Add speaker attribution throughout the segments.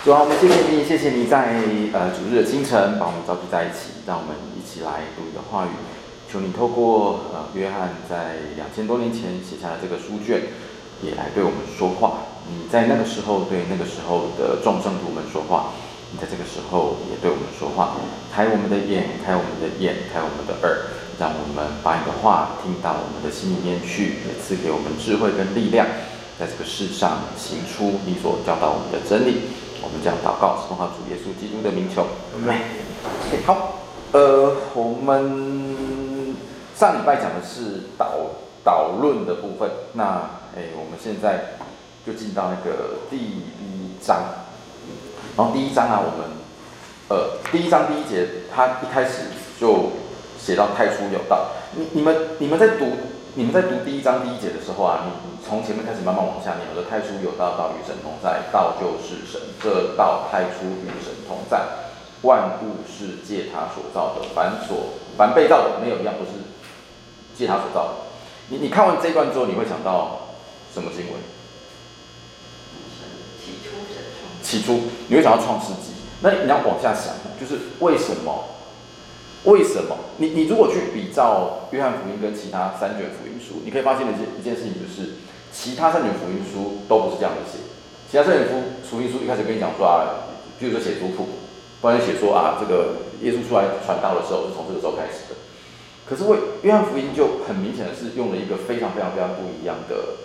Speaker 1: 主啊，我们谢谢你，谢谢你在主日的清晨把我们召集在一起，让我们一起来读你的话语。求你透过约翰在2000多年前写下的这个书卷，也来对我们说话。你在那个时候对那个时候的众圣徒们说话，你在这个时候也对我们说话。开我们的眼，开我们的眼，开我们的耳，让我们把你的话听到我们的心里面去，也赐给我们智慧跟力量，在这个世上行出你所教导我们的真理。我们这样祷告，奉靠主耶稣基督的名求，阿们。好，我们上礼拜讲的是导论的部分，那我们现在就进到那个第1章。然后第1章啊，我们第1章第1节，他一开始就写到太初有道。你们在读第1章第1节的时候啊，你从前面开始慢慢往下念，有的太初有道，道与神同在，道就是神，这道太初与神同在，万物是借他所造的，凡被造的没有一样不是借他所造的。你看完这一段之后，你会想到什么经文？起初，你会想到创世纪。那你要往下想，就是为什么？你如果去比照约翰福音跟其他3卷福音书，你可以发现的一件事情就是，其他3卷福音书都不是这样子写。其他3卷福音书一开始跟你讲说啊，比如说写族谱，不然就写说啊，这个耶稣出来传道的时候是从这个时候开始的。可是约翰福音就很明显的是用了一个非常不一样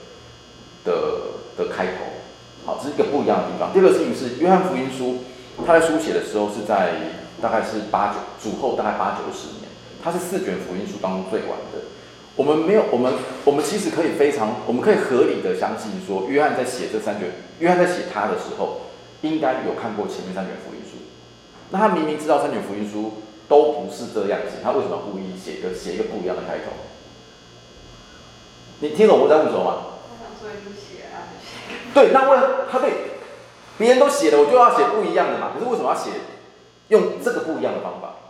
Speaker 1: 的开头。好，这是一个不一样的地方。第二个事情是，约翰福音书他在书写的时候是在大概是主后大概80-90年，它是4卷福音书当中最晚的。我们其实可以我们可以合理的相信说，约翰在写他的时候，应该有看过前面3卷福音书。那他明明知道3卷福音书都不是这样写，他为什么故意写一个不一样的开头？你听懂我在问什么吗？对，那他对别人都写了，我就要写不一样的嘛。可是为什么要用这个不一样的方法？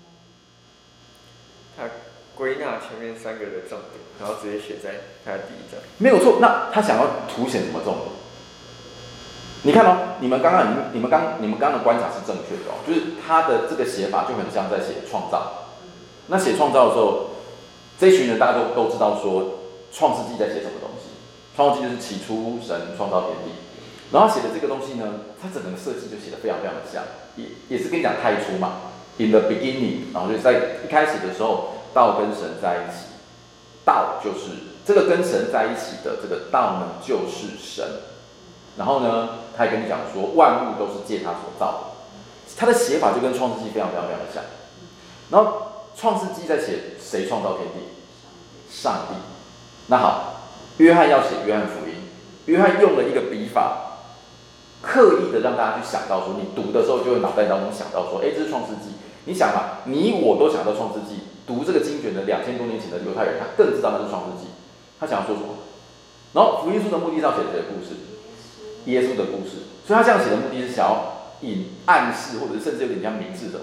Speaker 2: 他归纳前面3个的重点，然后直接写在他的第1章。
Speaker 1: 没有错，那他想要凸显什么重点？你看哦，你们刚刚的观察是正确的哦，就是他的这个写法就很像在写创造。那写创造的时候，这一群人大家都知道说，创世纪在写什么东西？创世纪就是起初神创造天地，然后写的这个东西呢，它整个设计就写得非常的像，也是跟你讲太初嘛 ，in the beginning， 然后就在一开始的时候，道跟神在一起，道就是这个跟神在一起的这个道呢，就是神。然后呢，他也跟你讲说，万物都是借他所造的，他的写法就跟创世纪非常的像。然后创世纪在写谁创造天地？上帝。那好。约翰要写约翰福音，约翰用了一个笔法，刻意的让大家去想到说，你读的时候就会脑袋当中想到说，这是创世纪。你想嘛，你我都想到创世纪，读这个经卷的2000多年前的犹太人，他更知道那是创世纪。他想要说什么？然后福音书的目的是要写谁的故事？耶稣的故事。所以他这样写的目的是想要暗示，或者是甚至有点像明示什么？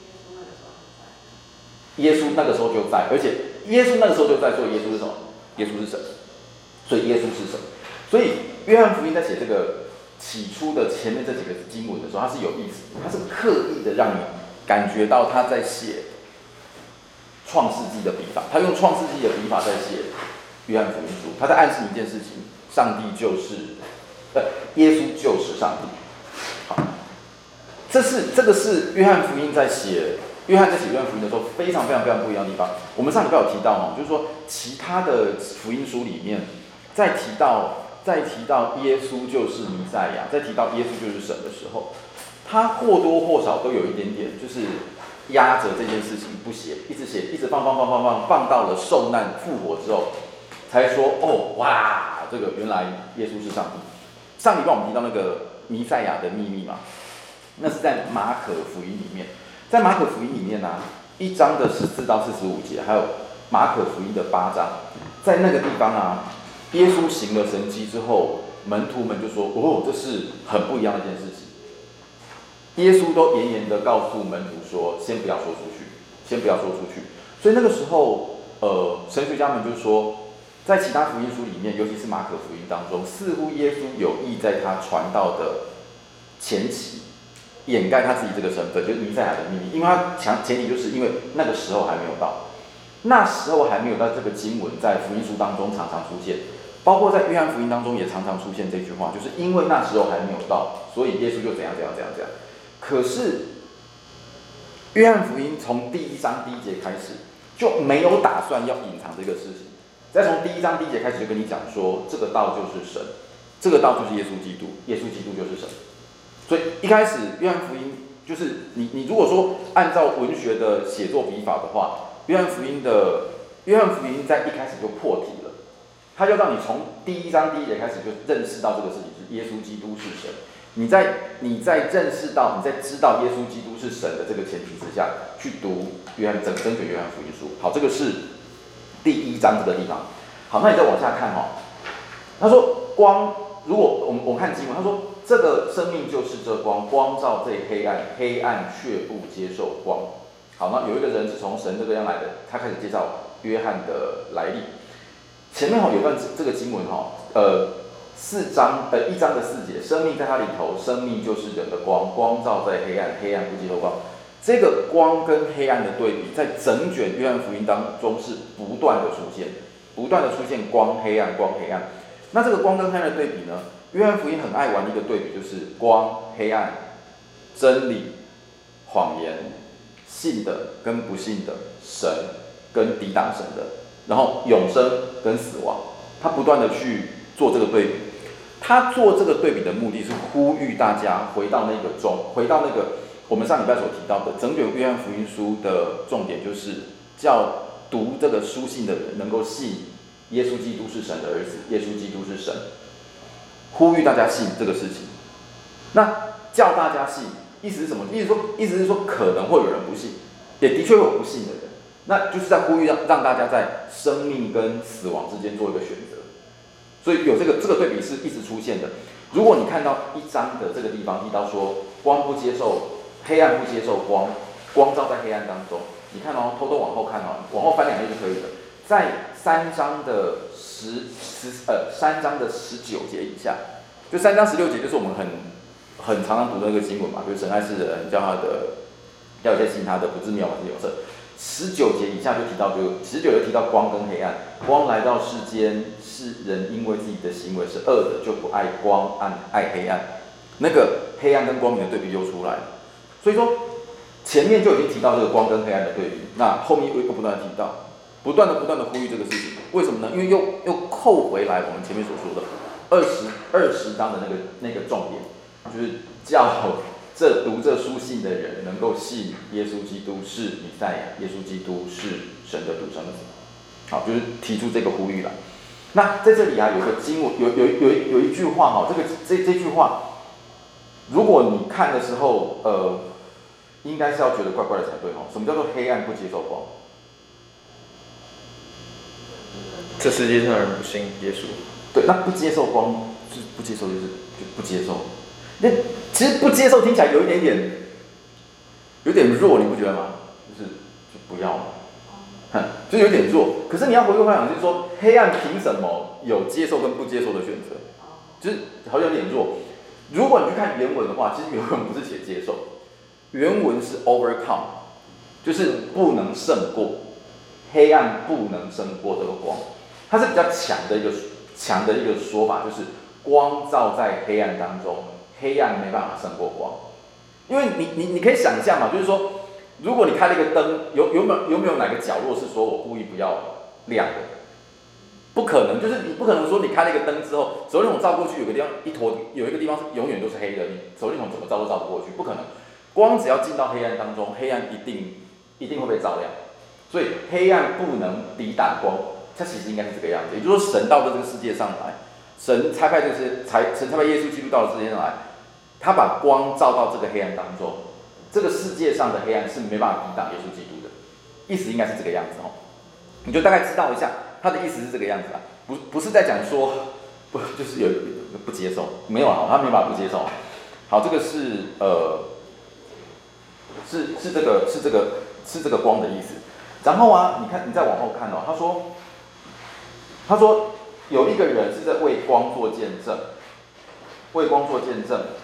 Speaker 1: 耶稣那个时候就在，而且耶稣那个时候就在，所以耶稣是什么？耶稣是神。所以耶稣是神，所以约翰福音在写这个起初的前面这几个经文的时候，它是有意思的，它是刻意的让你感觉到他在写创世纪的笔法，他用创世纪的笔法在写约翰福音书，他在暗示一件事情：上帝耶稣就是上帝。好，这个是约翰福音在写约翰翰福音的时候非常不一样的地方。我们上礼拜有提到就是说其他的福音书里面。再提到耶稣就是弥赛亚，再提到耶稣就是神的时候，他或多或少都有一点点就是压着这件事情不写，一直放到了受难复活之后，才说哦哇，这个原来耶稣是上帝。上礼拜我们提到那个弥赛亚的秘密嘛，那是在马可福音里面，在马可福音里面呢，1章的14到45节，还有马可福音的8章，在那个地方啊。耶稣行了神迹之后，门徒们就说：“哦，这是很不一样的一件事情。”耶稣都严严的告诉门徒说：“先不要说出去。”所以那个时候，神学家们就说，在其他福音书里面，尤其是马可福音当中，似乎耶稣有意在他传道的前期掩盖他自己这个身份，就是弥赛亚的秘密，因为他前提就是因为那个时候还没有到，那时候还没有到这个经文在福音书当中常常出现，包括在约翰福音当中也常常出现这句话，就是因为那时候还没有到，所以耶稣就怎样怎样怎样怎样。可是约翰福音从第1章第1节开始就没有打算要隐藏这个事情，再从第1章第1节开始就跟你讲说，这个道就是神，这个道就是耶稣基督，耶稣基督就是神。所以一开始约翰福音就是你如果说按照文学的写作笔法的话，约翰福音在一开始就破题了，他要让你从第1章第1节开始就认识到这个事情是耶稣基督是神。你在认识到你在知道耶稣基督是神的这个前提之下去读整卷约翰福音书。好，这个是第1章这个地方。好，那你再往下看哈，他说光，如果我们看经文，他说这个生命就是这光，光照这黑暗，黑暗却不接受光。好，那有一个人是从神这个样来的，他开始介绍约翰的来历。前面有段这个经文1章的4节，生命在它里头，生命就是人的光，光照在黑暗，黑暗不接受光。这个光跟黑暗的对比，在整卷约翰福音当中是不断的出现光黑暗光黑暗。那这个光跟黑暗的对比呢？约翰福音很爱玩一个对比，就是光黑暗、真理、谎言、信的跟不信的，神跟抵挡神的，然后永生跟死亡，他不断的去做这个对比。他做这个对比的目的是呼吁大家回到那个我们上礼拜所提到的整卷约翰福音书的重点，就是叫读这个书信的人能够信耶稣基督是神的儿子，耶稣基督是神，呼吁大家信这个事情。那叫大家信，意思是什么？意思是说可能会有人不信，也的确会有不信的人，那就是在呼吁让大家在生命跟死亡之间做一个选择。所以有这个对比是一直出现的。如果你看到1章的这个地方提到说黑暗不接受光，光照在黑暗当中，你看偷偷往后看往后翻2页就可以了。在3章的19节以下，就3章16节就是我们很常常读的那个经文嘛，就是神爱世人，叫要有些信他的，不至灭亡，是有色。19节以下就提到19就提到光跟黑暗，光来到世间，世人因为自己的行为是恶的，就不爱光，爱黑暗。那个黑暗跟光明的对比又出来了。所以说前面就已经提到这个光跟黑暗的对比，那后面又不断的提到，不断的呼吁这个事情。为什么呢？因为又扣回来我们前面所说的20章的那个重点，就是叫读这书信的人能够信耶稣基督是弥赛亚，耶稣基督是神的独生子。好，就是提出这个呼吁来。那在这里有个经文，有一句话这句话，如果你看的时候，应该是要觉得怪怪的才对什么叫做黑暗不接受光？
Speaker 2: 这世界上的人不信耶稣。
Speaker 1: 对，那不接受光，就是不接受，就不接受。那其实不接受听起来有点弱，你不觉得吗？就不要嘛，就有点弱。可是你要回过头想，就是说黑暗凭什么有接受跟不接受的选择？就是好像有点弱。如果你去看原文的话，其实原文不是写接受，原文是 overcome， 就是不能胜过，黑暗不能胜过这个光。它是比较强的一个说法，就是光照在黑暗当中，黑暗没办法胜过光。因为你可以想象嘛，就是说，如果你开了一个灯，有没有哪个角落是说我故意不要亮的？不可能，就是你不可能说你开了一个灯之后，手电筒照过去，有一个地方是永远都是黑的，你手电筒怎么照都照不过去，不可能。光只要进到黑暗当中，黑暗一定会被照亮，所以黑暗不能抵挡光。它其实应该是这个样子，也就是说，神到了这个世界上来，神差派耶稣基督到了世界上来，他把光照到这个黑暗当中，这个世界上的黑暗是没办法抵挡耶稣基督的，意思应该是这个样子你就大概知道一下，他的意思是这个样子不是在讲说就是有不接受，没有他没办法不接受。好，这个是这个光的意思。然后你看你再往后看他说有一个人是在为光做见证，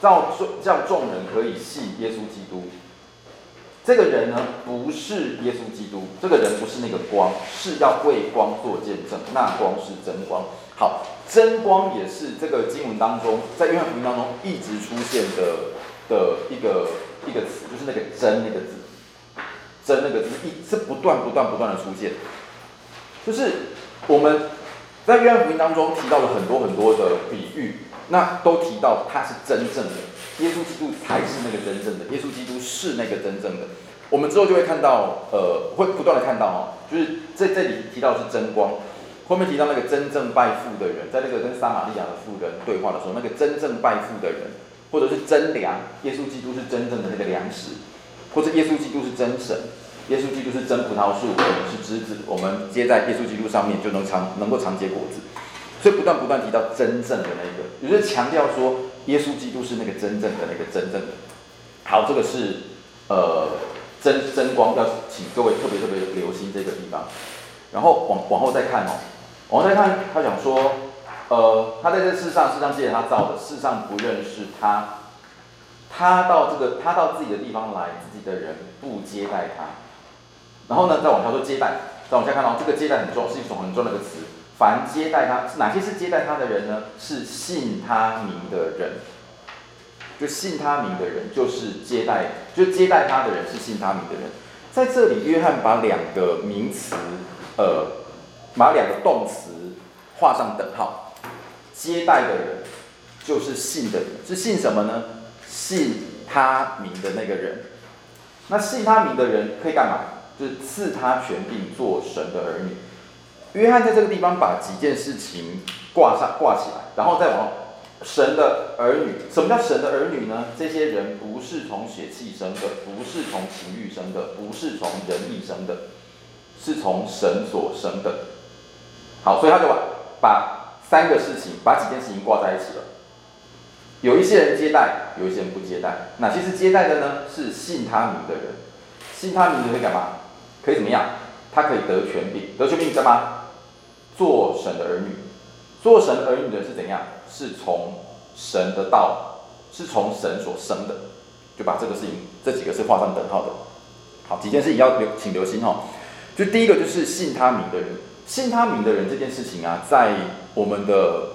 Speaker 1: 叫众人可以信耶稣基督。这个人呢，不是耶稣基督，这个人不是那个光，是要为光做见证，那光是真光。好，真光也是这个经文当中，在约翰福音当中一直出现的一个词，就是那个真那个字，真那个字是不断的出现，就是我们在约翰福音当中提到了很多的比喻，那都提到他是真正的。耶稣基督才是那个真正的，耶稣基督是那个真正的。我们之后就会看到，会不断的看到就是这里提到的是真光，后面提到那个真正拜父的人，在那个跟撒玛利亚的妇人对话的时候，那个真正拜父的人，或者是真粮，耶稣基督是真正的那个粮食，或者耶稣基督是真神，耶稣基督是真葡萄树，我们是枝子，我们接在耶稣基督上面就能够常结果子。所以不断提到真正的那个，也就是强调说耶稣基督是那个真正的那个真正的。好，这个是真光，要请各位特别留心这个地方。然后往后再看往后再看，他讲说，他在这世上借着他造的，世上不认识他，他到自己的地方来，自己的人不接待他。然后呢，再往下说接待，再往下看这个接待很重要，是一种很重要的一个词。凡接待他，哪些是接待他的人呢？是信他名的人。就信他名的人，就是接待他的人是信他名的人。在这里，约翰把两个名词，把两个动词画上等号。接待的人就是信的人，是信什么呢？信他名的那个人。那信他名的人可以干嘛？就是赐他权柄做神的儿女。约翰在这个地方把几件事情挂起来，然后再往神的儿女。什么叫神的儿女呢？这些人不是从血气生的，不是从情欲生的，不是从人意生的，是从神所生的。好，所以他就把三个事情，把几件事情挂在一起了。有一些人接待，有一些人不接待。哪些是接待的呢？是信他名的人。信他名的人可以干嘛？可以怎么样？他可以得权柄。得权柄干嘛？做神的儿女。做神儿女的人是怎样？是从神的道，是从神所生的。就把这个事情，这几个是画上等号的。好，几件事情请留心就第一个就是信他名的人。信他名的人这件事情啊，在我们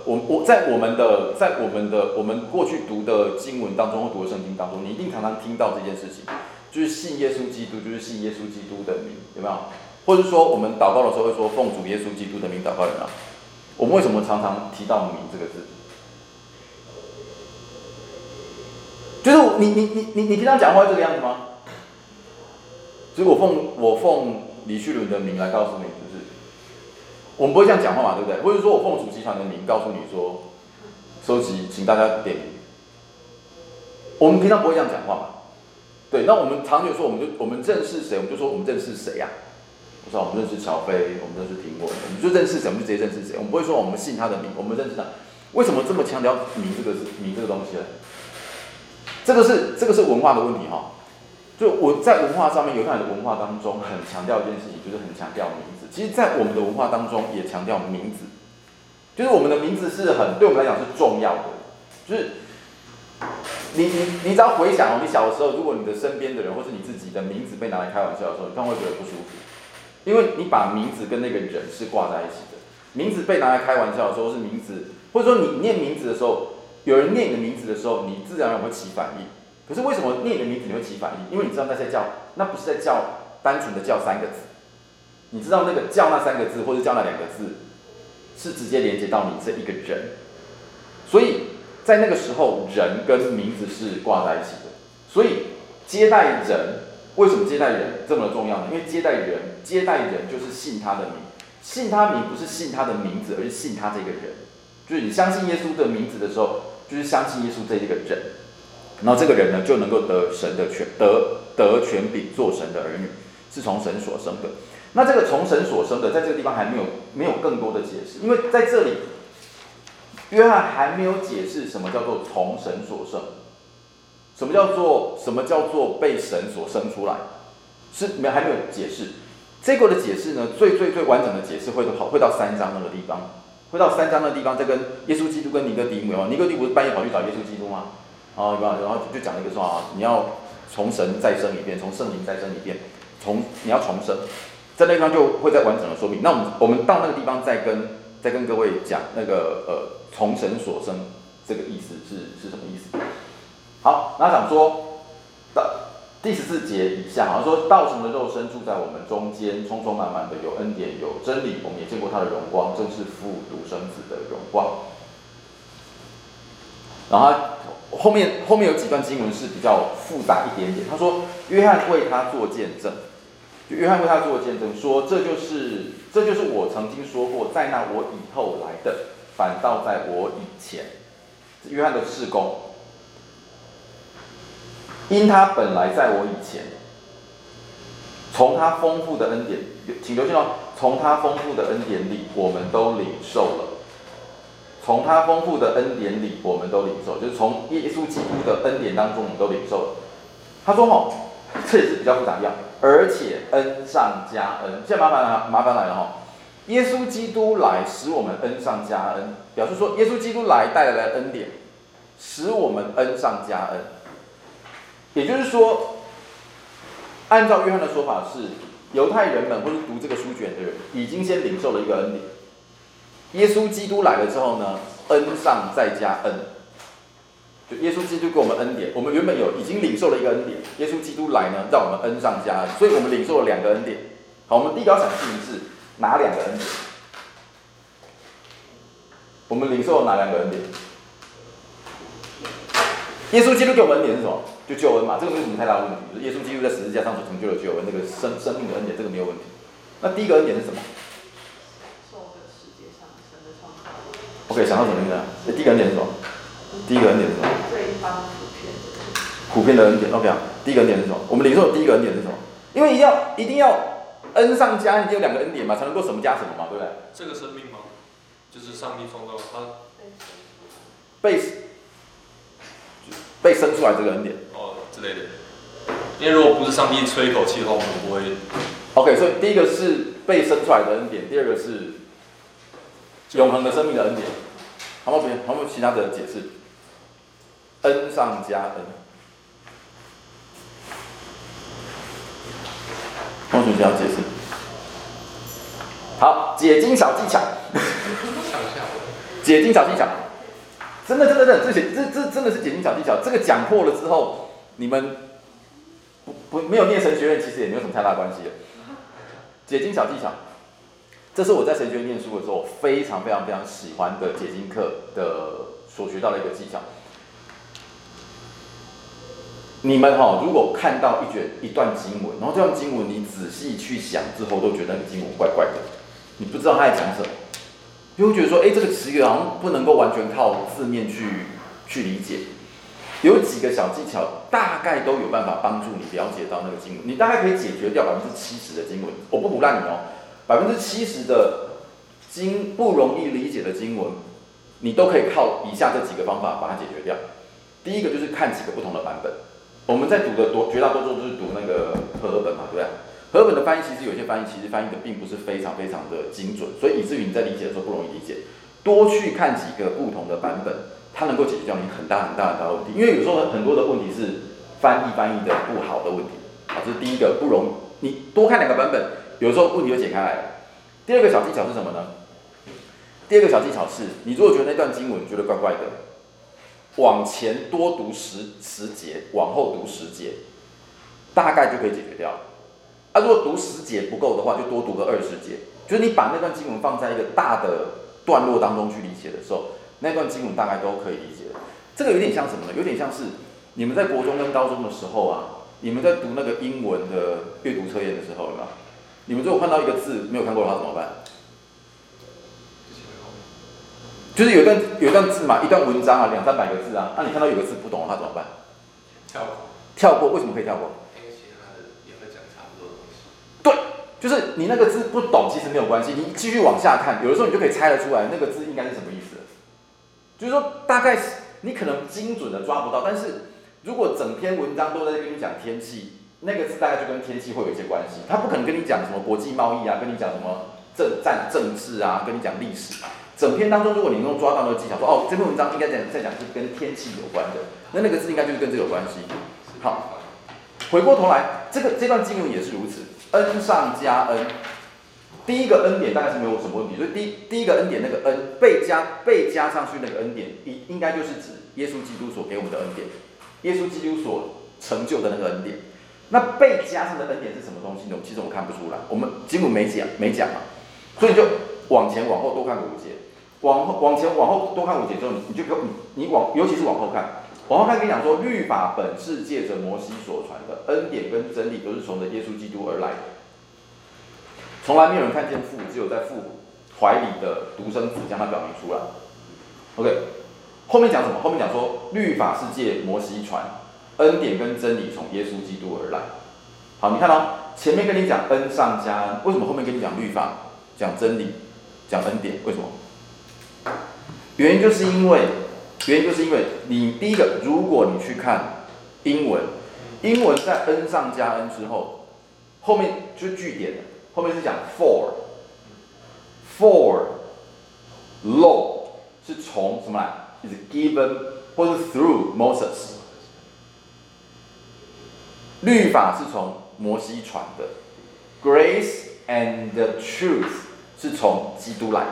Speaker 1: 过去读的经文当中或读的圣经当中，你一定常常听到这件事情，就是信耶稣基督，就是信耶稣基督的名，有没有？或者说我们祷告的时候会说奉主耶稣基督的名祷告，有没有？我们为什么常常提到名这个字？就是你平常讲话是这个样子吗？就是我奉李旭伦的名来告诉你，就是我们不会这样讲话嘛，对不对？或者说我奉主集团的名告诉你说，收集，请大家点名。我们平常不会这样讲话嘛？对，那我们常有说，我们认识谁，我们就说我们认识谁呀？我说我们认识乔飞，我们认识庭文，我们就认识谁，我们就直接认识谁。我们不会说我们信他的名，我们认识他。为什么这么强调名这个东西呢？这个是文化的问题就我在文化上面，犹太人的文化当中很强调一件事情，就是很强调名字。其实，在我们的文化当中也强调名字，就是我们的名字是对我们来讲是重要的。就是你只要回想你小的时候，如果你的身边的人或是你自己的名字被拿来开玩笑的时候，你当然会觉得不舒服，因为你把名字跟那个人是挂在一起的。名字被拿来开玩笑的时候，是名字，或者说你念名字的时候，有人念你的名字的时候，你自然而然会起反应。可是为什么念你的名字你会起反应？因为你知道那不是在叫单纯的叫三个字，你知道那个叫那三个字或者叫那两个字，是直接连接到你这一个人。所以在那个时候，人跟名字是挂在一起的。所以接待人，为什么接待人这么重要呢？因为接待人就是信他的名，信他名不是信他的名字，而是信他这个人。就是你相信耶稣的名字的时候，就是相信耶稣这一个人。然后这个人呢，就能够得神的得权柄，做神的儿女，是从神所生的。那这个从神所生的，在这个地方还没有更多的解释，因为在这里，约翰还没有解释什么叫做从神所生，什么叫做被神所生出来，还没有解释。这个的解释呢，最完整的解释会到3章那个地方，会到3章那个地方，再跟耶稣基督跟尼哥底母，尼哥底母不是半夜跑去找耶稣基督吗？ 然后就讲了一个说啊，你要从神再生一遍，从圣灵再生一遍，你要重生，在那个地方就会再完整的说明。那我们到那个地方再跟各位讲那个从神所生这个意思是什么意思？好，那讲说第14节以下，好像说道成的肉身住在我们中间，充充满满的有恩典有真理，我们也见过他的荣光，正是父独生子的荣光。然后后面有几段经文是比较复杂一点点。他说约翰为他做见证，约翰为他做见证说这就是我曾经说过，在那我以后来的，反倒在我以前。约翰的事工，因他本来在我以前，从他丰富的恩典，请留心哦，从他丰富的恩典里，我们都领受了。从他丰富的恩典里，我们都领受，就是从耶稣基督的恩典当中，我们都领受了。他说这也是比较复杂的样，而且恩上加恩。现在麻烦来了耶稣基督来使我们恩上加恩，表示说耶稣基督来带来恩典，使我们恩上加恩。也就是说，按照约翰的说法是，犹太人们或是读这个书卷的人，已经先领受了一个恩典。耶稣基督来了之后呢，恩上再加恩，就耶稣基督给我们恩典，我们原本已经领受了一个恩典，耶稣基督来呢，让我们恩上加恩，所以我们领受了2个恩典。好，我们第一个要想清楚是哪2个恩典？我们领受了哪2个恩典？耶稣基督给我们恩典是什么？就救恩嘛，这个没有什么太大的问题。就是耶稣基督在十字架上所成就的救恩，那个生命的恩典，这个没有问题。那第一个恩典是什么？OK， 想到什么呢？第一个恩典是什么？第一个恩典是什么？
Speaker 3: 最一般
Speaker 1: 普遍的恩典。OK 啊，第一个恩典是什么？我们领受的第一个恩典是什么？因为一定要恩上加恩，一定有2个恩典嘛，才能够什么加什么嘛，对不对？
Speaker 4: 这个生命吗？就是上帝创造他
Speaker 1: 被生出来这个恩典
Speaker 4: 之类的。因为如果不是上帝吹一口气的话，我们不会。
Speaker 1: OK， 所以第一个是被生出来的恩典，第二个是永恒的生命的恩典。好没有其他的解释？恩上加恩。有什么其他解释？好，解经小技巧。解经小技巧，真的，这真的是解经小技巧。这个讲破了之后，你们没有念神学院，其实也没有什么太大关系的。解经小技巧，这是我在神学院念书的时候非常喜欢的解经课的所学到的一个技巧。你们如果看到一段经文，然后这段经文你仔细去想之后，都觉得那个经文怪怪的，你不知道他在讲什么。就会觉得说，这个词语好像不能够完全靠字面去理解。有几个小技巧，大概都有办法帮助你了解到那个经文。你大概可以解决掉70%的经文，我不唬烂你70%的不容易理解的经文，你都可以靠以下这几个方法把它解决掉。第一个就是看几个不同的版本。我们在读的绝大多数都是读那个和合本嘛，对不对？和本的翻译其实有些翻译的并不是非常的精准，所以以至于你在理解的时候不容易理解。多去看几个不同的版本，它能够解决掉你很大的问题。因为有时候很多的问题是翻译的不好的问题，这是第一个不容易。你多看2个版本，有时候问题就解开来了。第二个小技巧是什么呢？第二个小技巧是，你如果觉得那段经文觉得怪怪的，往前多读10节，往后读10节，大概就可以解决掉了。如果读10节不够的话，就多读个20节。就是你把那段经文放在一个大的段落当中去理解的时候，那段经文大概都可以理解。这个有点像什么呢？有点像是你们在国中跟高中的时候啊，你们在读那个英文的阅读测验的时候，有没有？你们如果看到一个字没有看过的话怎么办？就是有一段字嘛，一段文章啊，200-300个字啊，你看到有个字不懂的话怎么办？跳过。为什么可以跳过？对，就是你那个字不懂，其实没有关系，你继续往下看，有的时候你就可以猜得出来那个字应该是什么意思。就是说，大概你可能精准的抓不到，但是如果整篇文章都在跟你讲天气，那个字大概就跟天气会有一些关系。他不可能跟你讲什么国际贸易啊，跟你讲什么政治啊，跟你讲历史啊， 整篇当中，如果你能抓到那个技巧，说哦，这篇文章应该在讲是跟天气有关的，那个字应该就是跟这个有关系。好，回过头来，这段经文也是如此，恩上加恩。第一个恩典大概是没有什么问题，所以第一个恩典那个恩被加上去那个恩典，应该就是指耶稣基督所给我们的恩典，耶稣基督所成就的那个恩典。那被加上的恩典是什么东西呢？其实我们看不出来，我们经文没讲嘛，所以你就往前往后多看个5节，往前往后多看5节之后，尤其是往后看，跟你讲说，律法本是借着摩西所传的，恩典跟真理都是从着耶稣基督而来的。从来没有人看见父，只有在父怀里的独生子将它表明出来。OK， 后面讲什么？后面讲说，律法是借摩西传，恩典跟真理从耶稣基督而来。好，你看到前面跟你讲恩上加恩，为什么后面跟你讲律法、讲真理、讲恩典？为什么？原因就是因为你第一个，如果你去看英文在恩上加恩之后，后面就是句点了。后面是讲 for law 是从什么来？是 given 或是 through Moses， 律法是从摩西传的 ，grace and truth 是从基督来的。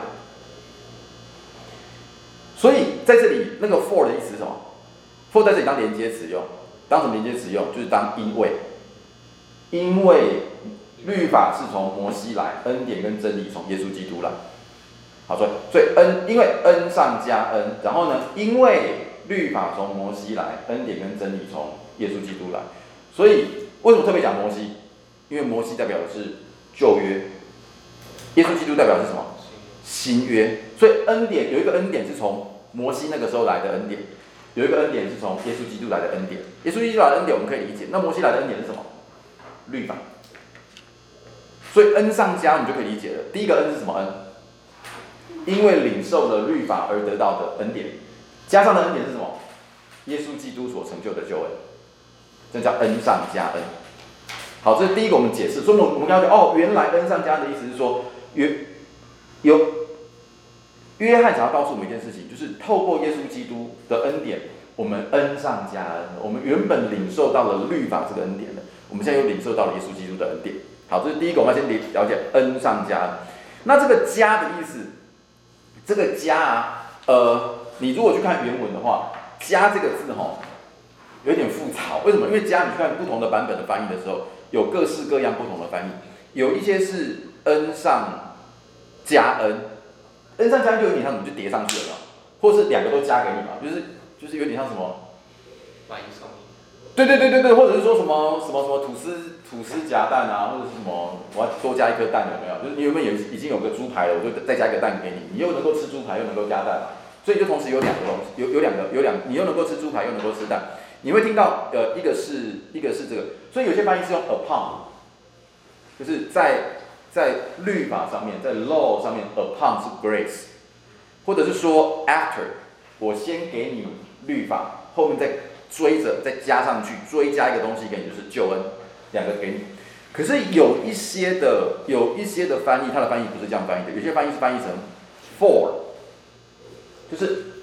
Speaker 1: 所以在这里那个 for 的意思是什么 ？for 在这里当连接词用，当什么连接词用？就是当因为律法是从摩西来，恩典跟真理从耶稣基督来。好，所以因为恩上加恩，然后呢，因为律法从摩西来，恩典跟真理从耶稣基督来。所以为什么特别讲摩西？因为摩西代表的是旧约，耶稣基督代表的是什么？新约。所以有一个恩典是从摩西那个时候来的恩典，有一个恩典是从耶稣基督来的恩典。耶稣基督来的恩典我们可以理解，那摩西来的恩典是什么？律法。所以恩上加，你就可以理解了。第一个恩是什么恩？因为领受了律法而得到的恩典，加上的恩典是什么？耶稣基督所成就的救恩，这叫恩上加恩。好，这是第一个我们解释。所以我们刚刚讲原来恩上加恩的意思是说，约翰想要告诉我们一件事情，就是透过耶稣基督的恩典，我们恩上加恩。我们原本领受到了律法这个恩典了，我们现在又领受到了耶稣基督的恩典。好，这是第一个，我们要先了解恩上加恩。那这个加的意思，这个加你如果去看原文的话，加这个字有点复杂。为什么？因为加你去看不同的版本的翻译的时候，有各式各样不同的翻译。有一些是恩上加恩，恩上加恩就有点像你就叠上去了，或是两个都加给你嘛，就是有点像什么？
Speaker 4: 买一送一。
Speaker 1: 对，或者是说什么吐司夹蛋啊，或者是什么我要多加一颗蛋，有没有？就是你原本已经有个猪排了，我就再加一个蛋给你，你又能够吃猪排又能够加蛋，所以就同时有两个东西，有两个，你又能够吃猪排又能够吃蛋。你会听到一个是这个，所以有些翻译是用 upon， 就是在律法上面，在 law 上面 upon 是 grace， 或者是说 after， 我先给你律法，后面再追着再加上去，追加一个东西给你，就是救恩，两个给你。可是有一些的翻译，它的翻译不是这样翻译的，有些翻译是翻译成 for， 就是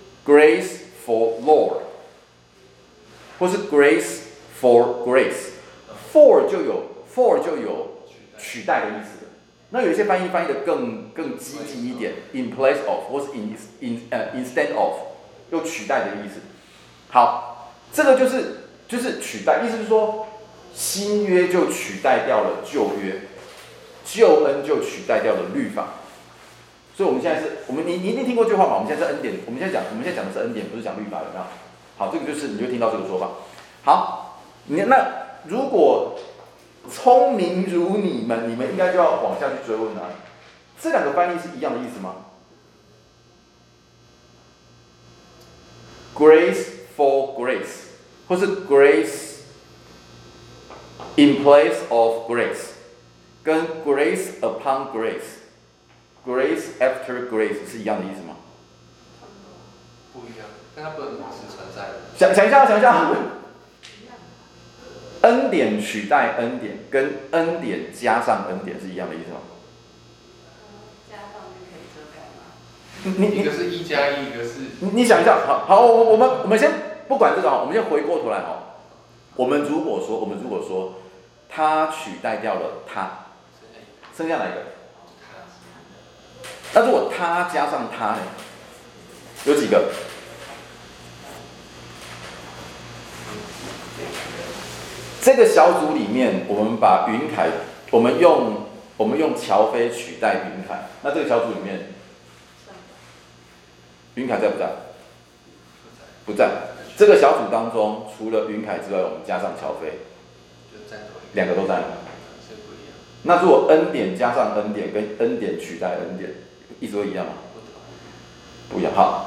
Speaker 1: grace for Lord， 或是 grace for grace，for 就有取代的意思。那有一些翻译的更积极一点 ，in place of 或是 instead of， 有取代的意思。好，这个就是取代，意思是说新约就取代掉了旧约，救恩就取代掉了律法。所以我们现在你一定听过这句话嘛？我们现在是恩典，我们现在讲的是恩典，不是讲律法，有没有？好，这个就是你就听到这个说法。好，那如果聪明如你们应该就要往下去追问啊，这两个翻译是一样的意思吗 ？Grace for grace， 或是 grace in place of grace， 跟 grace upon grace。Grace after grace 是一样的意思吗？
Speaker 4: 不一样，但它不能同时存在的。
Speaker 1: 想一下，恩典取代恩典，跟恩典加上恩典是一样的意思吗？
Speaker 3: 加上就可以遮盖吗？ 一个是1+1，一个是
Speaker 1: 你想一下，好，我们先不管这个我们先回过头来我们如果说它取代掉了它，剩下哪一个？那如果它加上它呢？有几个？这个小组里面，我们把云凯，我们用乔飞取代云凯，那这个小组里面，云凯在不在？不在。这个小组当中，除了云凯之外，我们加上乔飞，两个都在。那如果 n 点加上 n 点，跟 n 点取代 n 点，意思会一样吗？不一样。好。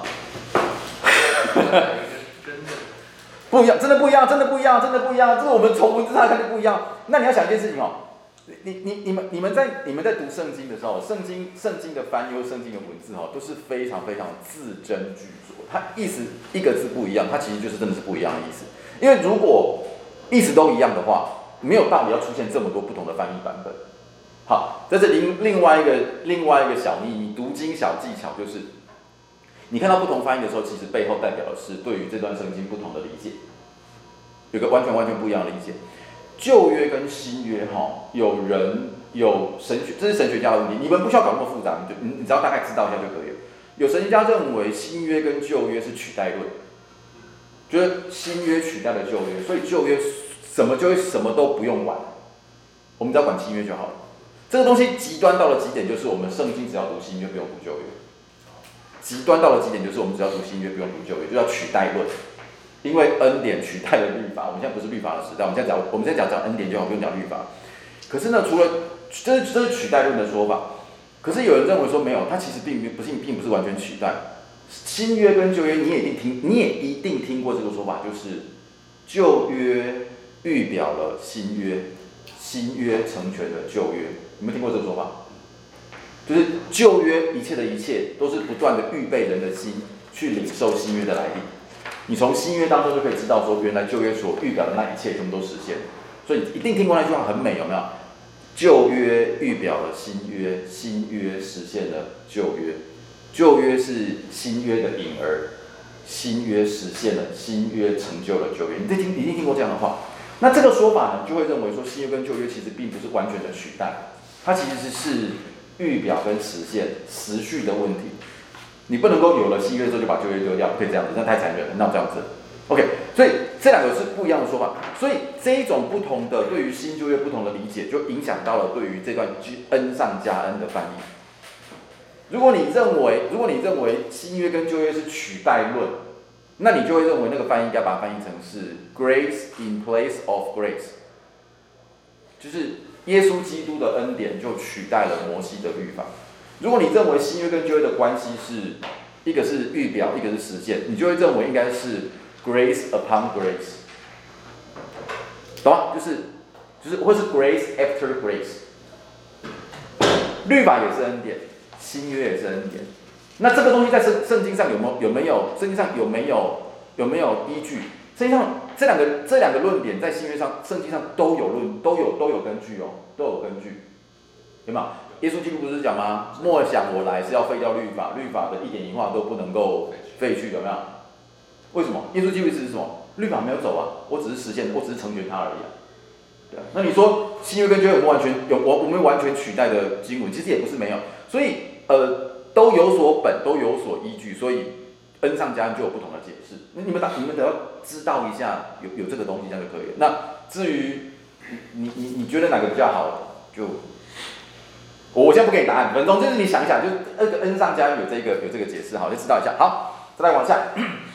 Speaker 1: 不一样，真的不一样，真的不一样，真的不一样。这个我们从文字上看就不一样。那你要想一件事情你们在读圣经的时候，圣经的翻译或圣经的文字都是非常非常字斟句酌，它意思一个字不一样，它其实就是真的是不一样的意思。因为如果意思都一样的话，没有道理要出现这么多不同的翻译版本。好，这是另外一个小秘密，读经小技巧就是，你看到不同翻译的时候，其实背后代表的是对于这段圣经不同的理解，有个完全不一样的理解。旧约跟新约有神学，这是神学家的问题，你们不需要搞那么复杂，你只要大概知道一下就可以了。有神学家认为新约跟旧约是取代论，觉得新约取代了旧约，所以旧约什么都不用管，我们只要管新约就好了。这个东西极端到了极点，就是我们圣经只要读新约不用读旧约。极端到了极点，就是我们只要读新约不用读旧约，就叫取代论。因为恩典取代了律法，我们现在不是律法的时代，我们现在讲恩典就好，不用讲律法。可是呢，除了这是取代论的说法，可是有人认为说没有，它其实并不是完全取代。新约跟旧约，你也一定听过这个说法，就是旧约预表了新约，新约成全了旧约。你们听过这个说法？就是旧约一切的一切都是不断的预备人的心去领受新约的来临。你从新约当中就可以知道说，原来旧约所预表的那一切全部都实现。所以一定听过那句话很美，有没有？旧约预表了新约，新约实现了旧约。旧约是新约的影儿，新约实现了，新约成就了旧约。你一定听过这样的话。那这个说法呢，就会认为说，新约跟旧约其实并不是完全的取代，它其实是预表跟实现时序的问题。你不能够有了新约之后就把旧约丢掉，不可以这样子，那太残忍了，那这样子。OK， 所以这两个是不一样的说法。所以这一种不同的对于新旧约不同的理解，就影响到了对于这段恩上加恩的翻译。如果你认为新约跟旧约是取代论，那你就会认为那个翻译应该把它翻译成是 grace in place of grace， 就是耶稣基督的恩典就取代了摩西的律法。如果你认为新约跟旧约的关系是一个是预表，一个是实践，你就会认为应该是 grace upon grace， 懂吗？就是或是 grace after grace， 律法也是恩典，新约也是恩典。那这个东西在圣经上有没有？圣经上有没有依据？圣经上这两个论点在新约上、圣经上都有根据哦，都有根据，对吗？耶稣基督不是讲吗？莫想我来是要废掉律法，律法的一点一画都不能够废去，有没有？为什么？耶稣基督是什么？律法没有走啊，我只是实现，我只是成全它而已啊。对啊，那你说新约跟旧约我们完全取代的经文，其实也不是没有，所以都有所本，都有所依据，所以恩上加恩就有不同的解释。你们只要知道一下有这个东西，这样就可以了。那至于你觉得哪个比较好，就我现在不给你答案，反正就是你想一想，就那个恩上加恩有这个解释，好，就知道一下。好，再来往下，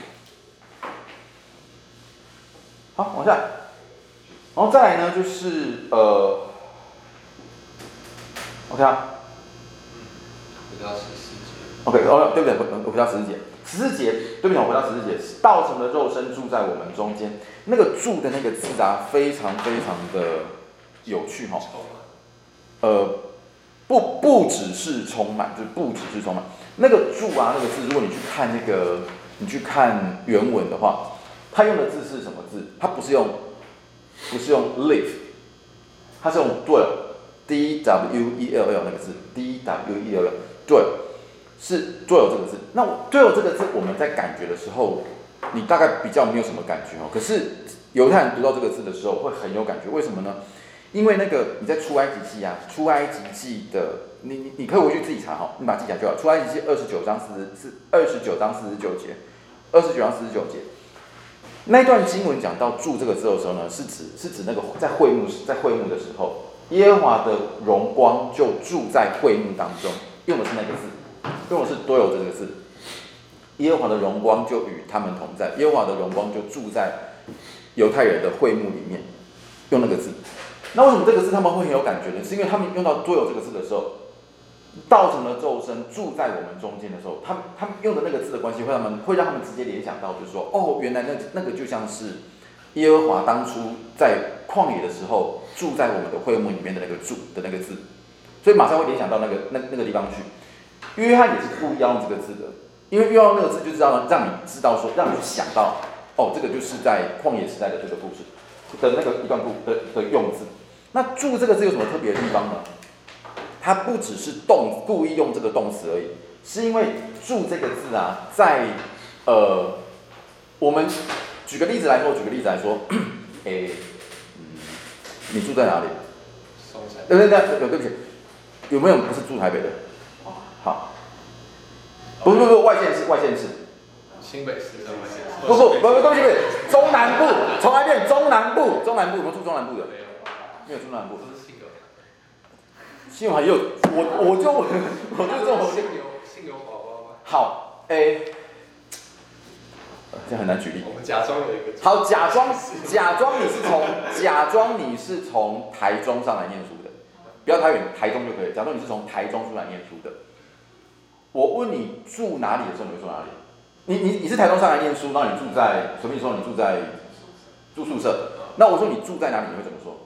Speaker 1: 好，往下，然后再来呢就是OK 啊。
Speaker 3: 回到14节。
Speaker 1: OK， 对不对？我回到14节。14节，对不起，我回到14节。道成的肉身住在我们中间，那个住的那个字啊，非常非常的有趣哈。不只是充满，就是不只是充满。那个住啊，那个字，如果你去看原文的话，它用的字是什么字？它不是用 live， 它是用 dwell， D W E L L 那个字 ，D W E L L， dwell。 是作有这个字。那作有这个字，我们在感觉的时候，你大概比较没有什么感觉哦。可是犹太人读到这个字的时候，会很有感觉。为什么呢？因为那个你在出埃及记啊，出埃及记的，你可以回去自己查哈，你把它记下来就好。出埃及记29章49节，29章49节，那一段经文讲到住这个字的时候呢，是指那个在会幕的时候，耶和华的荣光就住在会幕当中，用的是那个字，用的是多有这个字。耶和华的荣光就与他们同在，耶和华的荣光就住在犹太人的会幕里面，用那个字。那为什么这个字他们会很有感觉呢？是因为他们用到多有这个字的时候，道成了肉身住在我们中间的时候，他们用的那个字的关系会让他们直接联想到，就是说，哦，原来那个就像是耶和华当初在旷野的时候住在我们的会幕里面的那个住的那个字，所以马上会联想到那个地方去。约翰也是故意要用这个字的，因为用那个字就是让你知道说，让你去想到，哦，这个就是在旷野时代的这个故事的那个一段的用字。那住这个字有什么特别的地方呢？它不只是故意用这个动词而已，是因为住这个字啊，在我们举个例子来说，你住在哪里？
Speaker 3: 松山。
Speaker 1: 对不起，有没有不是住台北的？好，不，外县市。
Speaker 3: 新北市的外县市。
Speaker 1: 不，对不起，中南部，重来一遍，中南部，有没有住中南部的？没有住中南部。信友还有，我就这种
Speaker 3: 姓刘宝宝吗？
Speaker 1: 好，这很难举例。
Speaker 3: 我们假装有一个。
Speaker 1: 好，假装你是从台中上来念书的，不要太远，台中就可以。假装你是从台中出来念书的，我问你住哪里的时候，你会说哪里？你是台中上来念书，然后你住在随便说你住宿舍，那我说你住在哪里，你会怎么说？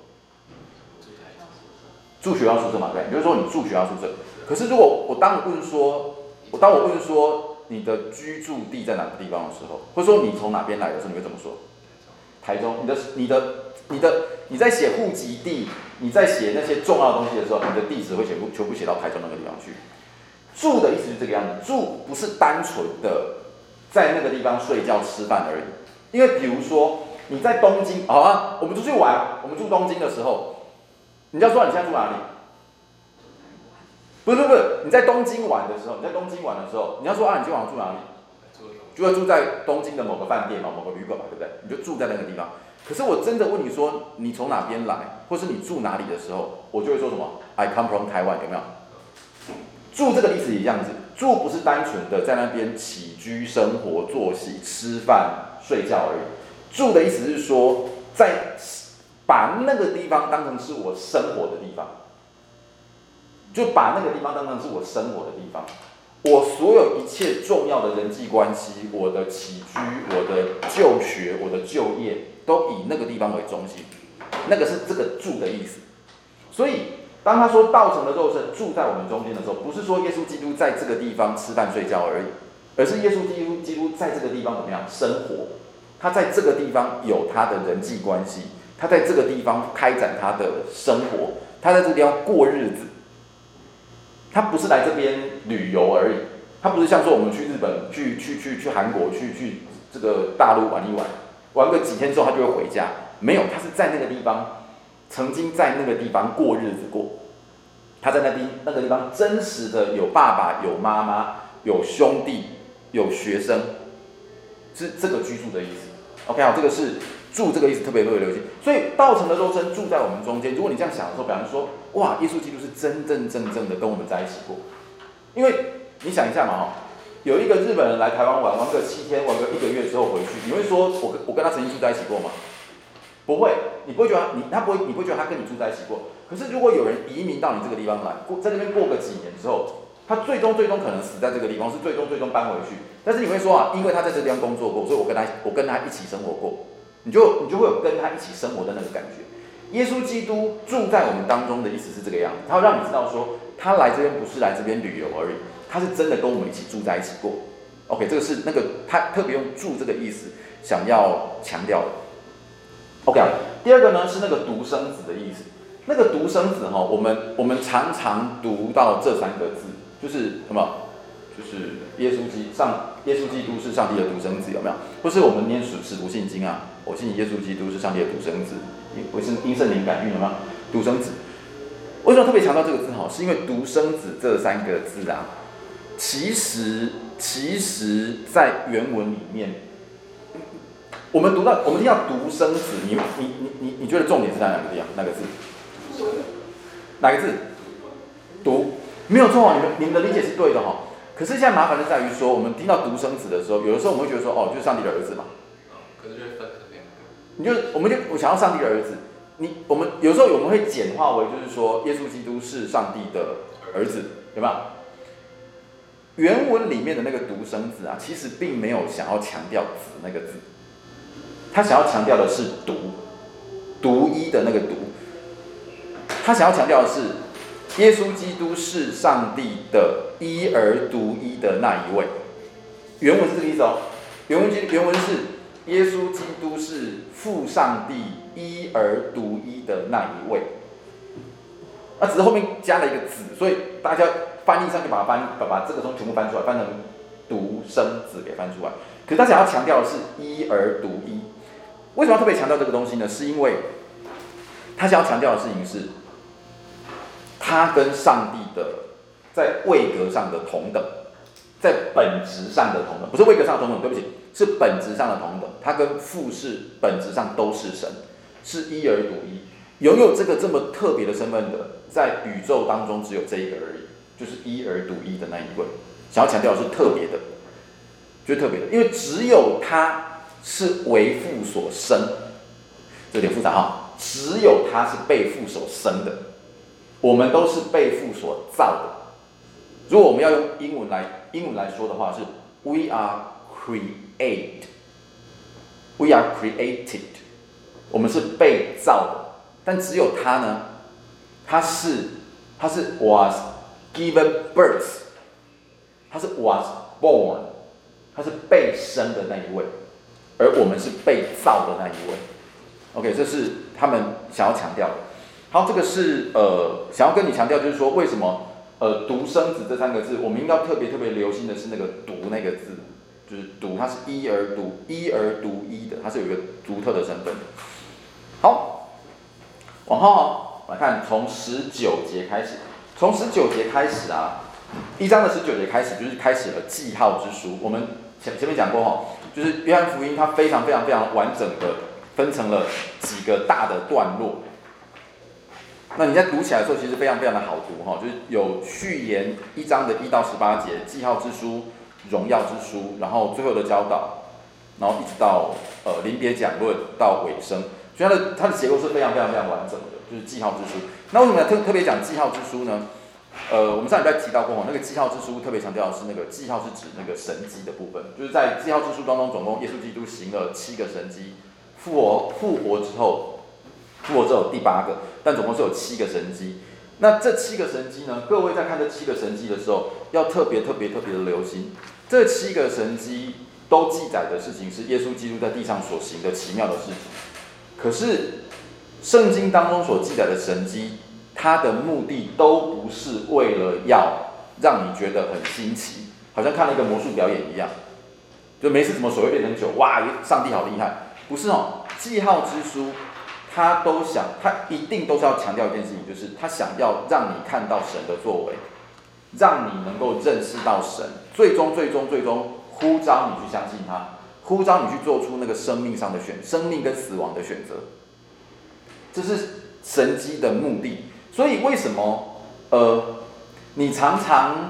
Speaker 1: 住学校宿舍嘛，对，比如说你住学校宿舍。可是如果当我问说你的居住地在哪个地方的时候，或者说你从哪边来的时候，你会怎么说？台中。你在写户籍地，你在写那些重要的东西的时候，你的地址会全部写到台中那个地方去。住的意思是这个样子，住不是单纯的在那个地方睡觉吃饭而已。因为比如说你在东京，好啊，我们出去玩，我们住东京的时候。你要说你现在住哪里？不是，你在东京玩的时候，你要说啊，你今晚上住哪里？就会住在东京的某个饭店嘛，某个旅馆嘛，对不对？你就住在那个地方。可是我真的问你说你从哪边来，或是你住哪里的时候，我就会说什么 ？I come from Taiwan， 有没有？住这个意思也这样子，住不是单纯的在那边起居生活、作息、吃饭、睡觉而已。住的意思是说把那个地方当成是我生活的地方，就把那个地方当成是我生活的地方。我所有一切重要的人际关系，我的起居，我的就学，我的就业，都以那个地方为中心。那个是这个住的意思。所以，当他说道成了肉身住在我们中间的时候，不是说耶稣基督在这个地方吃饭睡觉而已，而是耶稣基督在这个地方怎么样生活？他在这个地方有他的人际关系。他在这个地方开展他的生活，他在这个地方过日子。他不是来这边旅游而已，他不是像说我们去日本、去韩国、去这个大陆玩一玩，玩个几天之后他就会回家。没有，他是在那个地方，曾经在那个地方过日子过。他在那个地方真实的有爸爸、有妈妈、有兄弟、有学生，是这个居住的意思。OK， 好，这个是。住这个意思特别留心，所以道成的肉身住在我们中间。如果你这样想的时候，比方说，哇，耶稣基督是真正的跟我们在一起过。因为你想一下嘛，有一个日本人来台湾玩个7天，玩个1个月之后回去，你会说我跟他曾经住在一起过吗？不会，你不会觉得你不会觉得他跟你住在一起过。可是如果有人移民到你这个地方来，在这边过个几年之后，他最终可能死在这个地方，是最终搬回去。但是你会说啊，因为他在这个地方工作过，所以我跟他一起生活过。你就会有跟他一起生活的那个感觉。耶稣基督住在我们当中的意思是这个样子，他要让你知道说，他来这边不是来这边旅游而已，他是真的跟我们一起住在一起过。OK， 这个是那个他特别用住这个意思想要强调的。OK， 第二个呢是那个独生子的意思。那个独生子我们常常读到这3个字，就是什么就是耶稣基督是上帝的独生子，有没有？或是我们念使徒信经啊，我信耶稣基督是上帝的独生子，我是因圣灵感孕，有没有？独生子。为什么特别强调这个字？是因为独生子这3个字啊，其实在原文里面，我们听到独生子，你觉得重点是在哪个地方？哪个字？哪个字？独，没有错，你们的理解是对的哈。可是现在麻烦就在于说，我们听到独生子的时候，有的时候我们会觉得说，哦，就是上帝的儿子嘛。
Speaker 3: 可是就会分成2个。
Speaker 1: 我想要上帝的儿子。我们有时候我们会简化为就是说，耶稣基督是上帝的儿子，对吧？原文里面的那个独生子啊，其实并没有想要强调子那个字，他想要强调的是独一的那个独。他想要强调的是，耶稣基督是上帝的一而独一的那一位。原文是这个意思哦。原文是耶稣基督是父上帝一而独一的那一位。只是后面加了一个子，所以大家翻译上就把这个东西全部翻出来，翻成独生子给翻出来。可是他想要强调的是一而独一。为什么要特别强调这个东西呢？是因为他想要强调的事情是，他跟上帝的在位格上的同等，在本质上的同等，不是位格上的同等，对不起，是本质上的同等。他跟父是本质上都是神，是一而独一，拥有这个这么特别的身份的，在宇宙当中只有这一个而已，就是一而独一的那一位。想要强调的是特别的，就是特别的，因为只有他是为父所生，这有点复杂哈。只有他是被父所生的，我们都是被父所造的。如果我们要用英文来说的话，是 We are created， 我们是被造的。但只有他呢，他是 was given birth， 他是 was born， 他是被生的那一位，而我们是被造的那一位。OK， 这是他们想要强调的。好，这个是想要跟你强调，就是说为什么独生子这3个字，我们应该特别留心的是那个独那个字，就是独，它是一而独一的，它是有一个独特的身份的。好，往后来看，从19节开始，从19节开始啊，1章的19节开始就是开始了记号之书。我们前面讲过就是约翰福音它非常完整的分成了几个大的段落。那你在读起来的时候，其实非常的好读就是有序言1章的1到18节，记号之书、荣耀之书，然后最后的教导，然后一直到临别讲论到尾声，所以它的结构是非常完整的，就是记号之书。那为什么要特别讲记号之书呢？我们上礼拜提到过那个记号之书特别强调的是那个记号是指那个神迹的部分，就是在记号之书当中，总共耶稣基督行了7个神迹，复活之后第8个，但总共是有7个神迹。那这7个神迹呢？各位在看这7个神迹的时候，要特别的留心，这7个神迹都记载的事情是耶稣基督在地上所行的奇妙的事情。可是圣经当中所记载的神迹，它的目的都不是为了要让你觉得很新奇，好像看了一个魔术表演一样，就没事怎么水会变成酒，哇，上帝好厉害！不是记号之书。他一定都是要强调一件事情，就是他想要让你看到神的作为，让你能够认识到神，最终呼召你去相信他，呼召你去做出那个生命跟死亡的选择，这是神迹的目的。所以为什么你常常